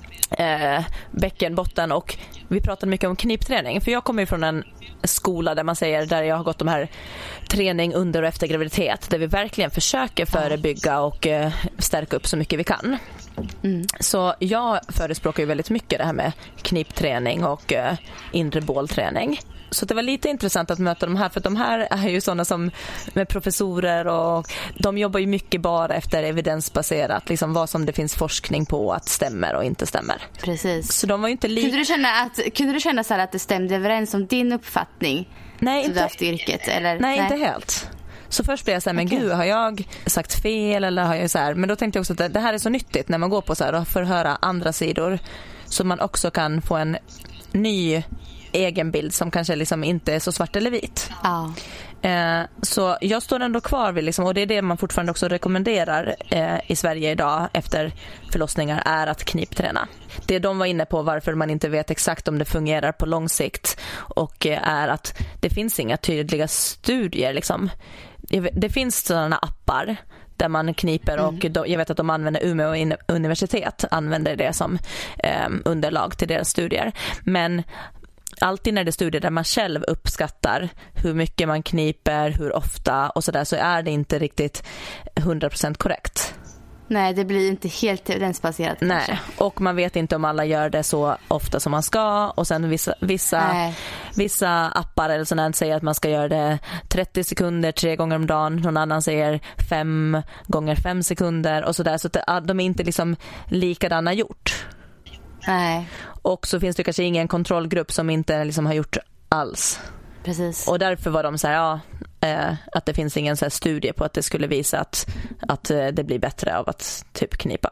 eh, bäckenbotten, och vi pratade mycket om knipträning, för jag kommer ju från en skola där man säger, där jag har gått de här träning under och efter graviditet, där vi verkligen försöker förebygga och eh, stärka upp så mycket vi kan. Mm. Så jag förespråkar ju väldigt mycket det här med knipträning och eh, inre bålträning. Så det var lite intressant att möta de här, för de här är ju sådana som med professorer, och de jobbar ju mycket bara efter evidensbaserat, liksom vad som det finns forskning på att stämmer och inte stämmer. Precis. Så de var ju inte li- kunde du känna att kunde du känna så här att det stämde överens om din uppfattning? Nej, inte efter yrket eller nej, nej, inte helt. Så först blev jag så här, men okay. gud, har jag sagt fel eller har jag så här, men då tänkte jag också att det här är så nyttigt när man går på så här och får höra andra sidor, så man också kan få en ny egen bild som kanske liksom inte är så svart eller vit. Ja. Eh, så jag står ändå kvar vid liksom, och det är det man fortfarande också rekommenderar eh, i Sverige idag efter förlossningar, är att knipträna. Det de var inne på varför man inte vet exakt om det fungerar på lång sikt, och eh, är att det finns inga tydliga studier liksom. Det finns sådana appar där man kniper, och mm. då, jag vet att de använder Umeå universitet använder det som eh, underlag till deras studier, men alltid när det är studier där man själv uppskattar hur mycket man kniper, hur ofta och sådär, så är det inte riktigt hundra procent korrekt. Nej, det blir inte helt evidensbaserat. Nej, kanske. Och man vet inte om alla gör det så ofta som man ska, och sen vissa, vissa, vissa appar eller sådant säger att man ska göra det trettio sekunder tre gånger om dagen, någon annan säger fem gånger fem sekunder och sådär, så att de är inte liksom likadana gjort. Nej. Och så finns det kanske ingen kontrollgrupp som inte liksom har gjort alls. Precis. Och därför var de så här, ja, eh, att det finns ingen så här studie på att det skulle visa att, att det blir bättre av att typ knipa.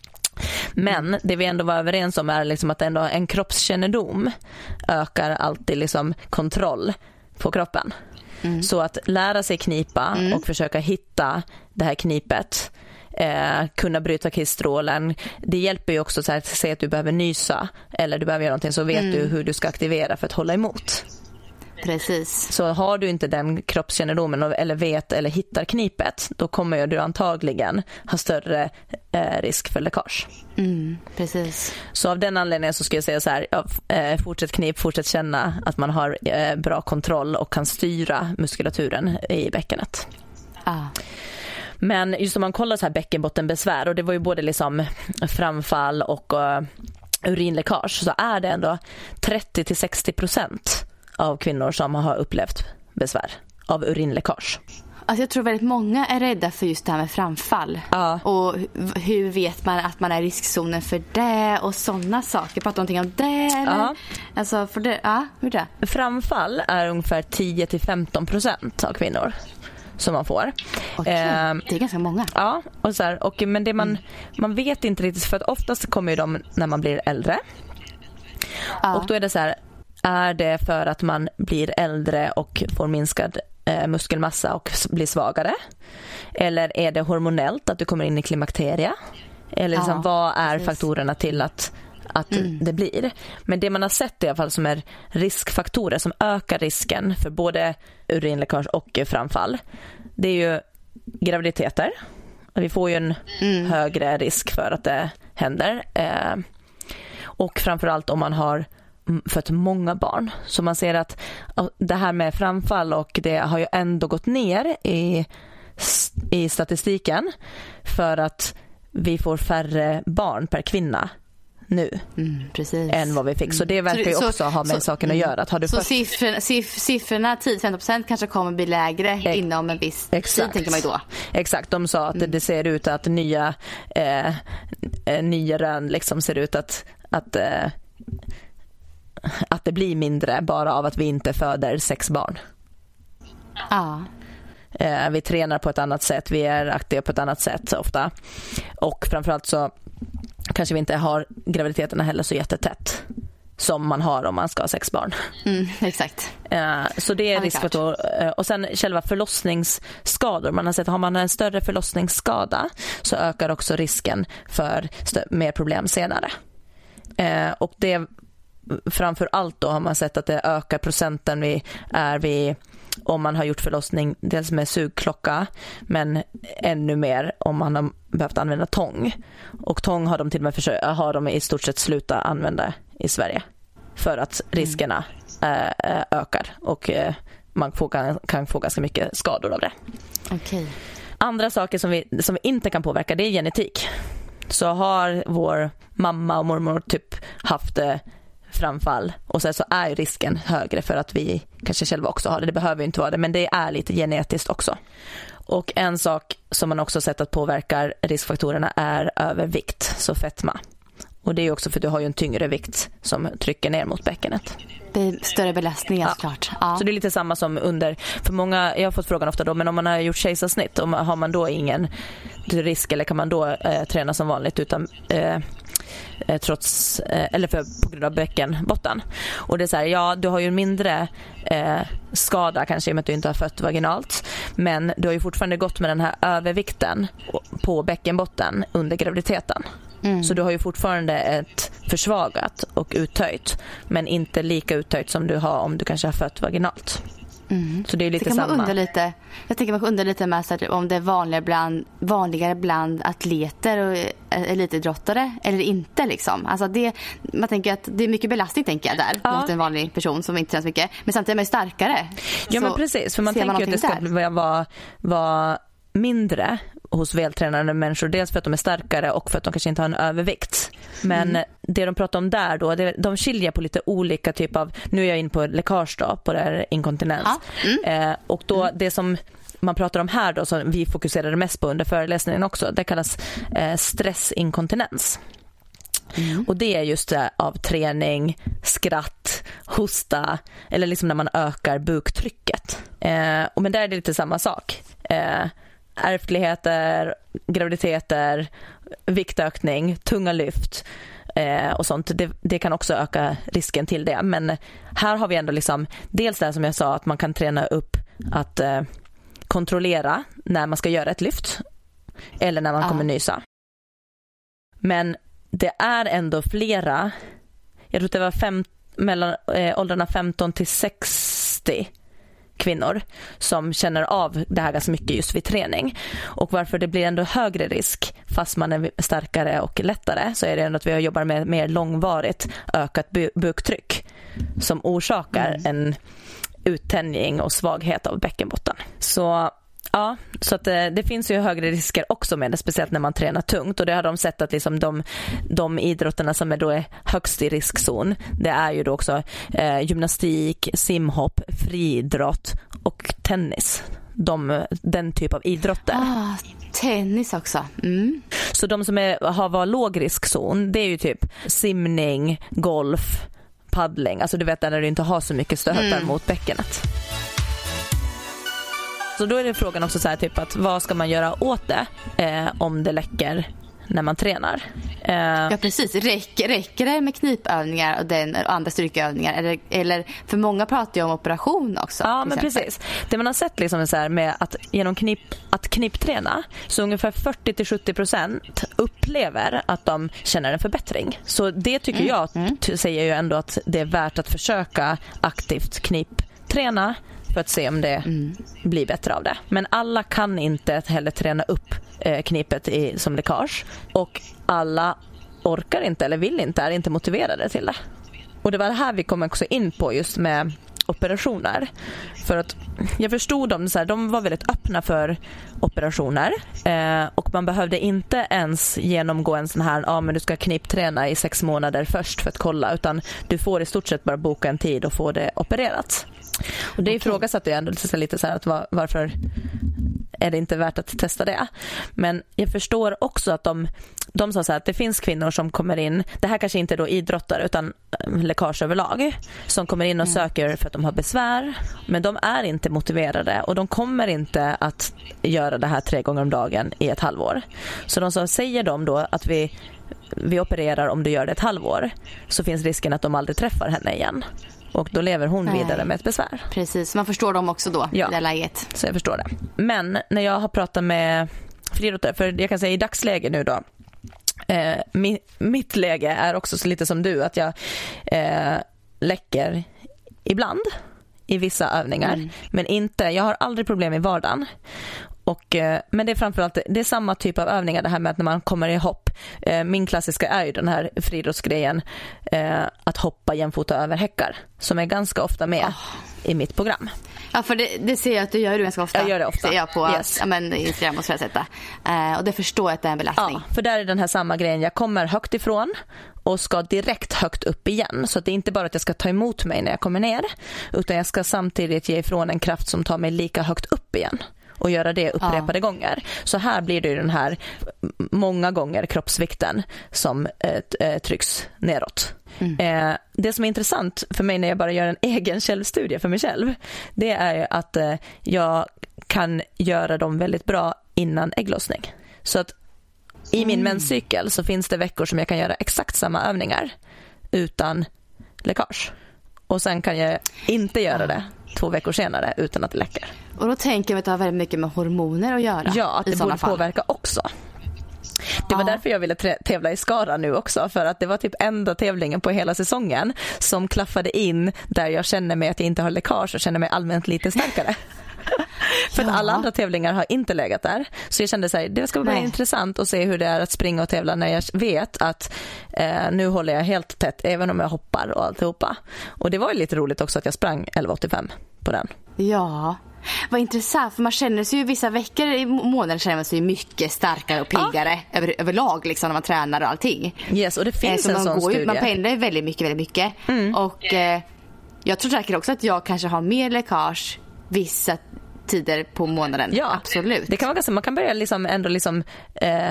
Men det vi ändå var överens om är liksom att ändå en kroppskännedom ökar alltid liksom kontroll på kroppen. Mm. Så att lära sig knipa mm. och försöka hitta det här knipet, eh, kunna bryta kissstrålen, det hjälper ju också så här, att säga att du behöver nysa eller du behöver göra någonting, så vet mm. du hur du ska aktivera för att hålla emot. Precis. Så har du inte den kroppskännedomen eller vet eller hittar knipet, då kommer du antagligen ha större eh, risk för läckage. Mm, precis. Så av den anledningen så skulle jag säga så här, ja, eh, fortsätt knip, fortsätt känna att man har eh, bra kontroll och kan styra muskulaturen i bäckenet. Ah. Men just om man kollar så här bäckenbottenbesvär, och det var ju både liksom framfall och uh, urinläckage, så är det ändå trettio till sextio procent av kvinnor som har upplevt besvär av urinläckage. Alltså jag tror väldigt många är rädda för just det här med framfall. Ja. Och hur vet man att man är i riskzonen för det och sådana saker? Pratar någonting om det? Eller? Ja. Alltså för det, ja, hur är det? Framfall är ungefär tio till femton procent av kvinnor som man får. Okej, eh, det är ganska många. Ja, och så här, och, men det man, mm. man vet inte riktigt, för att oftast kommer ju de när man blir äldre. Ja. Och då är det så här, är det för att man blir äldre och får minskad eh, muskelmassa och blir svagare? Eller är det hormonellt att du kommer in i klimakteria? Eller liksom, ja, vad är precis. faktorerna till att, att mm. det blir? Men det man har sett i alla fall som är riskfaktorer som ökar risken för både urinläckage och framfall, det är ju graviditeter. Vi får ju en mm. högre risk för att det händer. Eh, och framförallt om man har fött många barn. Så man ser att det här med framfall och det har ju ändå gått ner i, i statistiken för att vi får färre barn per kvinna nu mm, precis. än vad vi fick. Så det verkar ju så, också ha med så, saken att göra. Att har du så fått... siffrorna, siff, siffrorna tio till femton procent kanske kommer bli lägre e- inom en viss exakt. tid, tänker man ju då. Exakt, de sa att mm. det ser ut att nya eh, nya rön liksom ser ut att att eh, att det blir mindre bara av att vi inte föder sex barn. Ja. Eh, vi tränar på ett annat sätt, vi är aktiva på ett annat sätt ofta. Och framförallt så kanske vi inte har graviditeterna heller så jättetätt som man har om man ska ha sex barn. Mm, exakt. Eh, så det är ja, riskfaktor. Eh, och sen själva förlossningsskador. Man har sett att har man en större förlossningsskada så ökar också risken för stö- mer problem senare. Eh, och det framför allt då har man sett att det ökar procenten vi är vid om man har gjort förlossning dels med sugklocka, men ännu mer om man har behövt använda tång. Och tång har de till och med försökt, har de i stort sett slutat använda i Sverige för att riskerna äh, ökar och äh, man får, kan, kan få ganska mycket skador av det. Okay. Andra saker som vi, som vi inte kan påverka, det är genetik. Så har vår mamma och mormor typ haft äh, framfall och sen så är risken högre för att vi kanske själva också har det. Det behöver inte vara det, men det är lite genetiskt också. Och en sak som man också sett att påverkar riskfaktorerna är övervikt, så fetma. Och det är också för att du har ju en tyngre vikt som trycker ner mot bäckenet. Det är större belastningar ja. såklart. Ja. Så det är lite samma som under, för många, jag har fått frågan ofta då, men om man har gjort kejsarsnitt, om, har man då ingen risk eller kan man då eh, träna som vanligt utan eh, trots eh, eller för på grund av bäckenbotten. Och det är så här, ja, du har ju mindre eh, skada kanske i och med att du inte har fött vaginalt, men du har ju fortfarande gått med den här övervikten på bäckenbotten under graviditeten. Mm. Så du har ju fortfarande ett försvagat och uttöjt, men inte lika uttöjt som du har om du kanske har fött vaginalt. Mm. Så det är lite kan samma. Man undra lite, jag tänker man undrar lite med så att om det är vanligare bland, vanligare bland atleter och elitidrottare eller inte liksom. Alltså det, man tänker att det är mycket belastning tänker jag där ja. mot en vanlig person som inte tränar så mycket. Men samtidigt är man ju starkare. Ja, men precis, för man tänker man ju att det ska vara, vara mindre hos vältränade människor, dels för att de är starkare och för att de kanske inte har en övervikt. Men mm. det de pratar om där då, det, de skiljer på lite olika typ av, nu är jag in på läckage då, på det här inkontinens. Ah. Mm. Eh, och då mm. det som man pratar om här då, som vi fokuserade mest på under föreläsningen också, det kallas eh, stressinkontinens. Mm. Och det är just det, av träning, skratt, hosta eller liksom när man ökar buktrycket. Eh, och men där är det lite samma sak. Eh, ärftligheter, graviditeter, viktökning, tunga lyft eh, och sånt. Det, det kan också öka risken till det. Men här har vi ändå liksom dels det som jag sa, att man kan träna upp att eh, kontrollera när man ska göra ett lyft eller när man ah. kommer nysa. Men det är ändå flera, jag tror det var fem, mellan eh, åldrarna femton till sextio kvinnor som känner av det här ganska mycket just vid träning. Och varför det blir ändå högre risk fast man är starkare och lättare, så är det ändå att vi jobbar med mer långvarigt ökat bu- buktryck som orsakar mm. en uttänjning och svaghet av bäckenbotten. Så ja, så att det, det finns ju högre risker också med det, speciellt när man tränar tungt, och det har de sett att liksom de, de idrotterna som är då är högst i riskzon, det är ju då också eh, gymnastik, simhopp, friidrott och tennis. De, den typ av idrotter. Ah, tennis också. Mm. Så de som är, har var låg riskzon, det är ju typ simning, golf, paddling, alltså du vet där du inte har så mycket stöd mm. mot bäckenet. Så då är det frågan också så här, typ att vad ska man göra åt det eh, om det läcker när man tränar? Eh, ja, precis. Räcker, räcker det med knipövningar och, den, och andra styrkeövningar? Eller, eller, för många pratar ju om operation också. Ja, men precis. Det man har sett liksom är så här med att genom knip, att knipträna, så ungefär fyrtio till sjuttio procent upplever att de känner en förbättring. Så det tycker mm. jag mm. säger ju ändå att det är värt att försöka aktivt knipträna för att se om det mm. blir bättre av det. Men alla kan inte heller träna upp eh, knipet i, som läckage. Och alla orkar inte eller vill inte, är inte motiverade till det. Och det var det här vi kom också in på just med operationer. För att jag förstod dem så här, de var väldigt öppna för operationer. Eh, och man behövde inte ens genomgå en sån här, ja ah, men du ska knipträna i sex månader först för att kolla. Utan du får i stort sett bara boka en tid och få det opererat. Och det ifrågasatte jag ändå lite så här att var, varför är det inte värt att testa det. Men jag förstår också att de, de sa så här att det finns kvinnor som kommer in, det här kanske inte är då idrottare utan läckage överlag, som kommer in och mm. söker för att de har besvär, men de är inte motiverade och de kommer inte att göra det här tre gånger om dagen i ett halvår. Så de sa, säger de då att vi, vi opererar om du gör det ett halvår, så finns risken att de aldrig träffar henne igen. Och då lever hon Nej. vidare med ett besvär. Precis, man förstår dem också då ja. i det läget. Så jag förstår det. Men när jag har pratat med friidrottare, för jag kan säga i dagsläget nu då, eh, mi, mitt läge är också så lite som du, att jag eh, läcker ibland i vissa övningar, mm. men inte, jag har aldrig problem i vardagen. Och, men det är framförallt det är samma typ av övningar, det här med att när man kommer i hopp. Min klassiska är ju den här friidrottsgrejen, att hoppa jämfota över häckar, som är ganska ofta med oh. i mitt program. Ja, för det, det ser jag att du gör det ganska ofta. Jag gör det ofta. Ser jag på yes. ja, men, Instagram och så sätta. Uh, och det förstår jag att det är en belastning. Ja, för där är den här samma grejen. Jag kommer högt ifrån och ska direkt högt upp igen. Så det är inte bara att jag ska ta emot mig när jag kommer ner, utan jag ska samtidigt ge ifrån en kraft som tar mig lika högt upp igen. Och göra det upprepade ja. gånger. Så här blir det ju den här många gånger kroppsvikten som eh, trycks neråt. Mm. Eh, det som är intressant för mig när jag bara gör en egen källstudie för mig själv, det är att eh, jag kan göra dem väldigt bra innan ägglossning. Så att i min mm. menscykel så finns det veckor som jag kan göra exakt samma övningar utan läckage. Och sen kan jag inte göra det två veckor senare utan att det läcker. Och då tänker jag att det har väldigt mycket med hormoner att göra. Ja, att det borde fall. påverka också. Det var ja. därför jag ville tävla i Skara nu också, för att det var typ enda tävlingen på hela säsongen som klaffade in där jag känner mig att jag inte har läckage och känner mig allmänt lite starkare. För ja. att alla andra tävlingar har inte legat där. Så jag kände så här, det ska vara intressant att se hur det är att springa och tävla när jag vet att eh, nu håller jag helt tätt även om jag hoppar och alltihopa. Och det var ju lite roligt också att jag sprang elva åttiofem på den. Ja, vad intressant, för man känner sig ju vissa veckor i månaden känner man sig mycket starkare och piggare ja. över, överlag liksom när man tränar och allting. Yes, och det finns eh, en sån går studie. Ju, man pendlar väldigt mycket, väldigt mycket. Mm. Och eh, jag tror säkert också att jag kanske har mer läckage vissa tider på månaden. Ja, absolut. Det kan vara ganska, man kan börja liksom ändå liksom eh,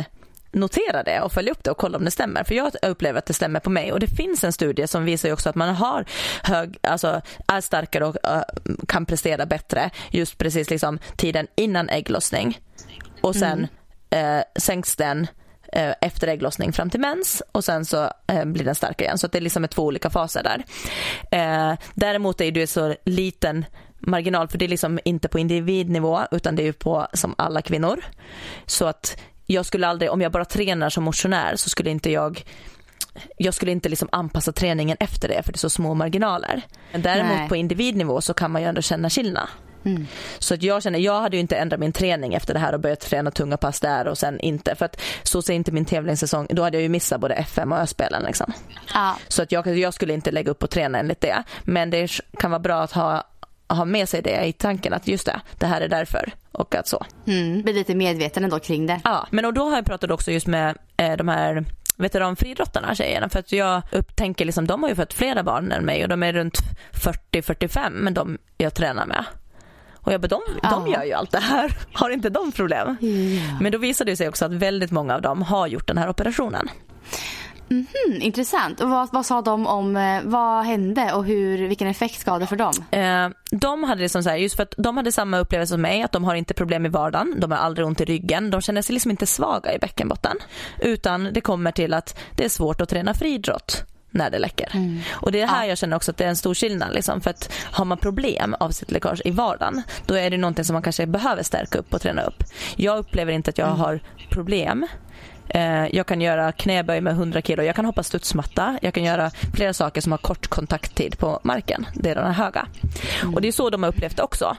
notera det och följa upp det och kolla om det stämmer. För jag upplever att det stämmer på mig. Och det finns en studie som visar ju också att man har hög, alltså är starkare och uh, kan prestera bättre just precis liksom tiden innan ägglossning. Och sen mm. uh, sänks den uh, efter ägglossning fram till mens och sen så uh, blir den starkare igen. Så att det är liksom två olika faser där. Uh, däremot är det så liten marginal, för det är liksom inte på individnivå utan det är ju på som alla kvinnor. Så att jag skulle aldrig, om jag bara tränar som motionär så skulle inte jag jag skulle inte liksom anpassa träningen efter det, för det är så små marginaler. Men däremot Nej. På individnivå så kan man ju ändå känna skillnad. Mm. Så att jag känner, jag hade ju inte ändrat min träning efter det här och börjat träna tunga pass där och sen inte, för att så ser inte min tävlingssäsong, då hade jag ju missat både F M och Ö-spelen liksom. Ja. Så att jag, jag skulle inte lägga upp och träna enligt det, men det kan vara bra att ha ha med sig det i tanken att just det, det här är därför och att så. Mm, bli lite medveten ändå kring det. Ja, men och då har jag pratat också just med eh, de här veteranfriidrottarna, tjejerna, för att jag upptänker liksom, de har ju fått flera barn än mig och de är runt fyrtio till fyrtiofem, men de jag tränar med. Och jag bara, de, ja. de gör ju allt det här. Har inte de problem? Ja. Men då visade det sig också att väldigt många av dem har gjort den här operationen. Mm-hmm, intressant. Och vad, vad sa de om vad hände och hur, vilken effekt gav det för dem? Eh, de hade liksom så här, just för att de hade samma upplevelse som mig, att de har inte problem i vardagen, de har aldrig ont i ryggen, de känner sig liksom inte svaga i bäckenbotten, utan det kommer till att det är svårt att träna friidrott när det läcker. Mm. Och det är här ja. jag känner också att det är en stor skillnad liksom, för att har man problem av sitt läckage i vardagen, då är det någonting som man kanske behöver stärka upp och träna upp. Jag upplever inte att jag mm. har problem. Jag kan göra knäböj med hundra kilo. Jag kan hoppa studsmatta. Jag kan göra flera saker som har kort kontakttid på marken. Det är den höga. Mm. Och det är så de har upplevt också.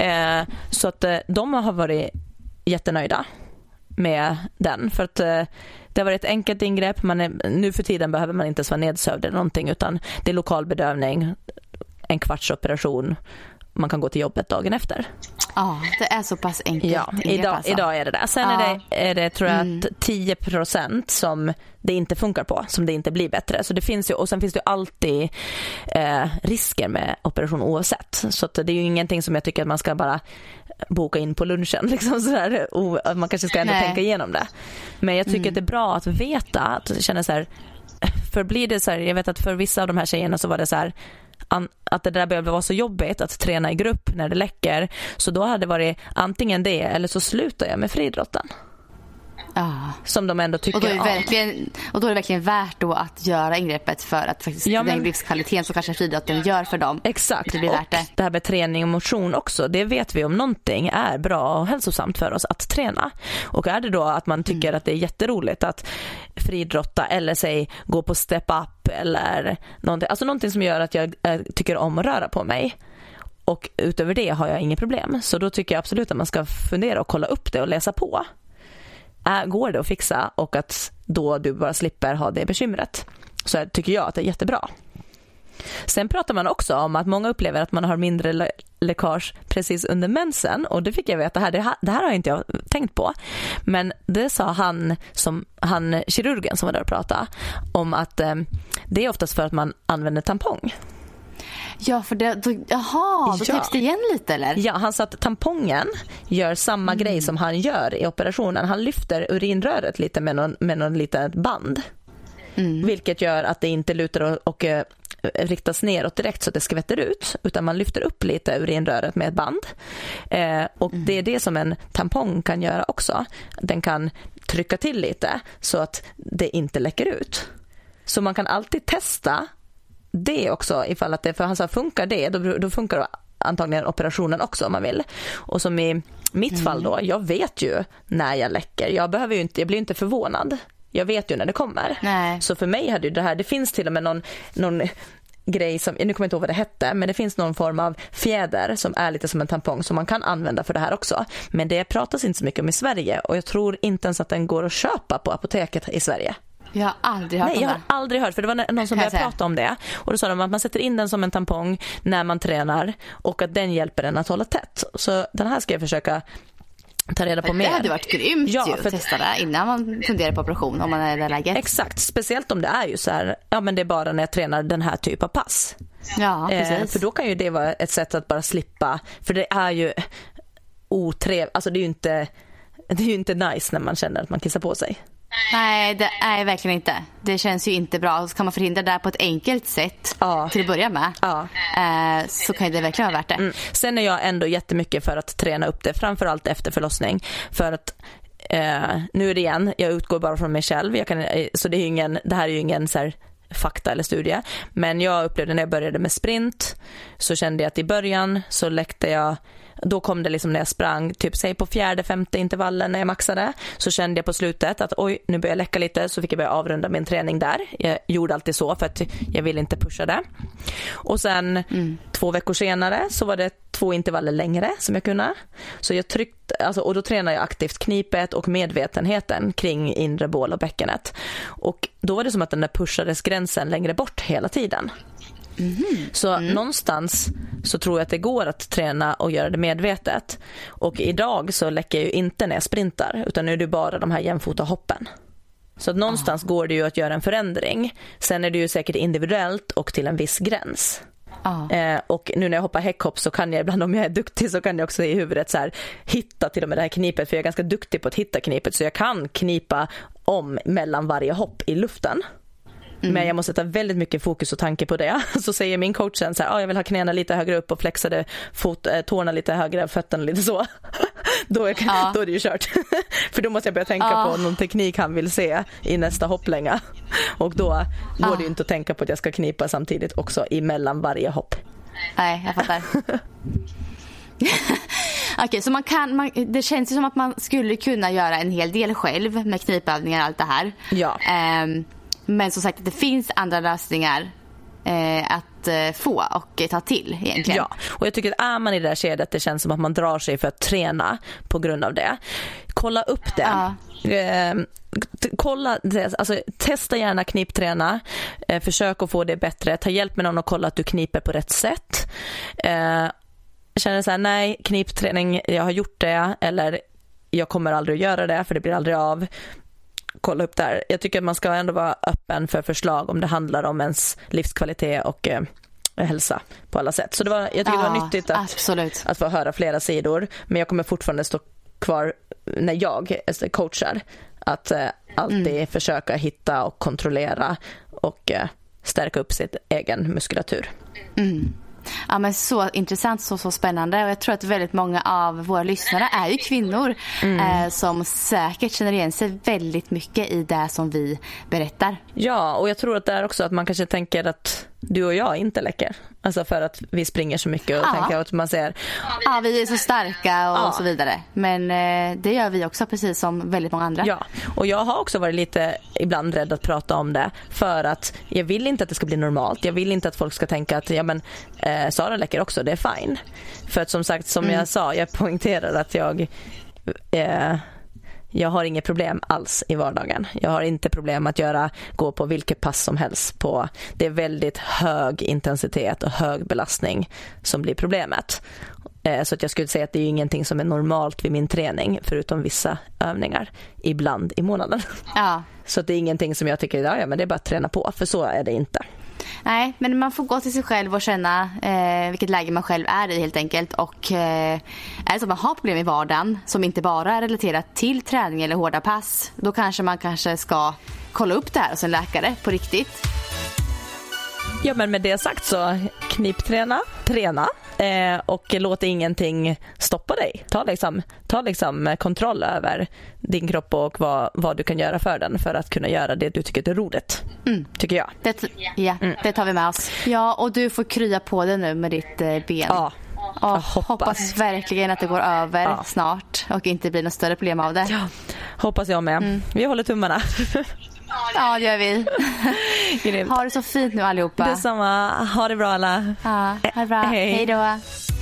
Så att de har varit jättenöjda med den. För att det har varit ett enkelt ingrepp. Man är, nu för tiden behöver man inte ens vara nedsövd eller någonting, utan det är lokal bedövning, en kvartsoperation. Man kan gå till jobbet dagen efter. Ja, det är så pass enkelt. Ja, idag, alltså. idag är det det. Sen ja. är, det, är det tror jag mm. att tio procent som det inte funkar på, som det inte blir bättre. Så det finns ju, och sen finns det ju alltid eh, risker med operation oavsett. Så att det är ju ingenting som jag tycker att man ska bara boka in på lunchen. Liksom sådär. Och man kanske ska ändå Nej. tänka igenom det. Men jag tycker mm. att det är bra att veta, att känna så här, för blir det så här, jag vet att för vissa av de här tjejerna så var det så här, att det där behöver vara så jobbigt att träna i grupp när det läcker, så då hade det varit antingen det eller så slutar jag med friidrotten. Ah. Som de ändå tycker. Och då är det verkligen, och då är det verkligen värt då att göra ingreppet för att faktiskt ja, men, den livskvaliteten som kanske friidrotten gör för dem. Exakt. Det blir värt det. Och det här med träning och motion också, det vet vi om någonting är bra och hälsosamt för oss att träna. Och är det då att man tycker mm. att det är jätteroligt att friidrotta eller säg gå på step up eller någonting, alltså någonting som gör att jag äh, tycker om att röra på mig. Och utöver det har jag inget problem. Så då tycker jag absolut att man ska fundera och kolla upp det och läsa på. Äh, går det att fixa och att då du bara slipper ha det bekymret, så tycker jag att det är jättebra. Sen pratar man också om att många upplever att man har mindre lä- läckage precis under mensen, och det fick jag veta här, det här, det här har inte jag tänkt på, men det sa han, som, han kirurgen som var där och pratade om att eh, det är oftast för att man använder tampong. Ja, för det, då, jaha, då ja. täpps det igen lite eller? Ja, han sa att tampongen gör samma mm. grej som han gör i operationen. Han lyfter urinröret lite med någon, med någon litet band. Mm. Vilket gör att det inte lutar och, och uh, riktas neråt direkt så att det skvätter ut, utan man lyfter upp lite urinröret med ett band. Uh, och mm. det är det som en tampong kan göra också. Den kan trycka till lite så att det inte läcker ut. Så man kan alltid testa det också, ifall att det, för han sa, funkar det, då, då funkar då antagligen operationen också om man vill. Och som i mitt mm. fall då, jag vet ju när jag läcker. Jag behöver ju inte, jag blir inte förvånad. Jag vet ju när det kommer. Nej. Så för mig hade ju det här, det finns till och med någon, någon grej som, nu kommer jag inte ihåg vad det hette, men det finns någon form av fjäder som är lite som en tampong som man kan använda för det här också. Men det pratas inte så mycket om i Sverige, och jag tror inte ens att den går att köpa på apoteket i Sverige. Jag har aldrig hört Nej, om jag det. har aldrig hört, för det var någon som började prata om det. Och då sa de att man sätter in den som en tampong när man tränar och att den hjälper en att hålla tätt. Så den här ska jag försöka ta reda på det mer. Det hade varit grymt ja, ju, att testa det innan man funderar på operation om man är i det läget. Exakt, speciellt om det är ju så här, ja men det är bara när jag tränar den här typen av pass. Ja, precis. Eh, för då kan ju det vara ett sätt att bara slippa, för det är ju otrevligt, alltså det är ju inte, det är ju inte nice när man känner att man kissar på sig. Nej, det är verkligen inte. Det känns ju inte bra. Så kan man förhindra det där på ett enkelt sätt ja. till att börja med ja. eh, så kan det verkligen vara värt det. Mm. Sen är jag ändå jättemycket för att träna upp det, framförallt efter förlossning. För att eh, nu är det igen, jag utgår bara från mig själv. Jag kan, så det, är ingen, det här är ju ingen så här fakta eller studie. Men jag upplevde när jag började med sprint så kände jag att i början så läckte jag, då kom det liksom när jag sprang typ säg på fjärde, femte intervallen när jag maxade, så kände jag på slutet att oj, nu börjar jag läcka lite, så fick jag börja avrunda min träning där. Jag gjorde alltid så för att jag ville inte pusha det. Och sen mm. två veckor senare så var det två intervaller längre som jag kunde. Så jag tryckte, alltså, och då tränade jag aktivt knipet och medvetenheten kring inre bål och bäckenet. Och då var det som att den där pushades gränsen längre bort hela tiden. Mm-hmm. Så mm. någonstans så tror jag att det går att träna och göra det medvetet. Och idag så läcker jag ju inte när jag sprintar, utan nu är det bara de här jämfota hoppen. Så att någonstans ah. går det ju att göra en förändring. Sen är det ju säkert individuellt och till en viss gräns. Ah. Eh, och nu när jag hoppar häckhopp så kan jag ibland, om jag är duktig, så kan jag också i huvudet så här, hitta till och med det här knipet. För jag är ganska duktig på att hitta knipet, så jag kan knipa om mellan varje hopp i luften. Mm. Men jag måste ta väldigt mycket fokus och tanke på det. Så säger min coach sen så här, ah, jag vill ha knäna lite högre upp och flexade fot, äh, tårna lite högre, fötterna lite så. då, är, ja. då är det ju kört. För då måste jag börja tänka ja. på någon teknik han vill se i nästa hopplänga. Och då går ja. det ju inte att tänka på att jag ska knipa samtidigt också emellan varje hopp. Nej, jag fattar. Okej, okay, så man kan, man, det känns ju som att man skulle kunna göra en hel del själv med knipövningar och allt det här. Ja. Um, Men som sagt, det finns andra lösningar eh, att eh, få och eh, ta till egentligen. Ja, och jag tycker att är man i det där skedet, det känns som att man drar sig för att träna på grund av det. Kolla upp det. Ja. Eh, kolla, alltså, testa gärna knipträna. Eh, försök att få det bättre. Ta hjälp med någon och kolla att du kniper på rätt sätt. Eh, jag känner så här, nej, knipträning, jag har gjort det, eller jag kommer aldrig att göra det för det blir aldrig av. Kolla upp där. Jag tycker att man ska ändå vara öppen för förslag om det handlar om ens livskvalitet och eh, hälsa på alla sätt. Så det var, jag tycker ja, det var nyttigt att, att få höra flera sidor. Men jag kommer fortfarande stå kvar när jag coachar att eh, alltid mm. försöka hitta och kontrollera och eh, stärka upp sitt egen muskulatur. Mm. Ja, men så intressant, så, så spännande. Och jag tror att väldigt många av våra lyssnare är ju kvinnor mm. eh, som säkert känner igen sig väldigt mycket i det som vi berättar. Ja, och jag tror att det är också att man kanske tänker att du och jag inte läcker. Alltså för att vi springer så mycket och ja. tänker att man ser... Ja, vi är så starka och ja. så vidare. Men eh, det gör vi också, precis som väldigt många andra. Ja, och jag har också varit lite ibland rädd att prata om det. För att jag vill inte att det ska bli normalt. Jag vill inte att folk ska tänka att ja, men, eh, Sara läcker också, det är fine. För att som sagt, som mm. jag sa, jag poängterar att jag... Eh, Jag har inget problem alls i vardagen. Jag har inte problem att göra, gå på vilket pass som helst. På. Det är väldigt hög intensitet och hög belastning som blir problemet. Eh, så att jag skulle säga att det är ingenting som är normalt vid min träning, förutom vissa övningar ibland i månaden. Ja. Så att det är ingenting som jag tycker ja, ja, men det är bara att träna på, för så är det inte. Nej, men man får gå till sig själv och känna eh, vilket läge man själv är i helt enkelt. Och eh, är det så att man har problem i vardagen som inte bara är relaterat till träning eller hårda pass, då kanske man kanske ska kolla upp det här hos en läkare på riktigt. Ja, men med det sagt så knipträna, träna eh, och låt ingenting stoppa dig. Ta liksom, ta liksom kontroll över din kropp och vad, vad du kan göra för den för att kunna göra det du tycker är roligt. Mm. Tycker jag. Det, ja, mm. det tar vi med oss. Ja, och du får krya på det nu med ditt eh, ben. Ja. Och hoppas. hoppas verkligen att det går över ja. snart och inte blir något större problem av det. Ja, hoppas jag med. Mm. Vi håller tummarna. Ja, det gör vi. Ha det så fint nu allihopa. Detsamma. Ha det bra alla. Ja, ha det bra. Hej, Hej då.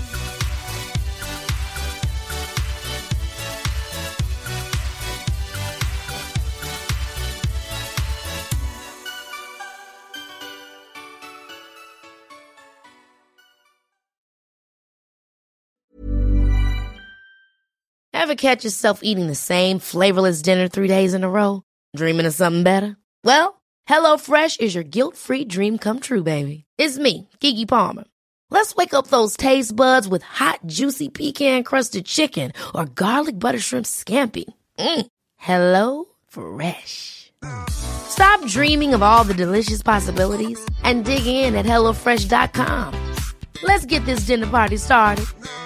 Ever catch yourself eating the same flavorless dinner three days in a row? Dreaming of something better? Well, HelloFresh is your guilt-free dream come true, baby. It's me, Keke Palmer. Let's wake up those taste buds with hot, juicy pecan-crusted chicken or garlic butter shrimp scampi. Mm. Hello Fresh. Stop dreaming of all the delicious possibilities and dig in at hello fresh dot com. Let's get this dinner party started.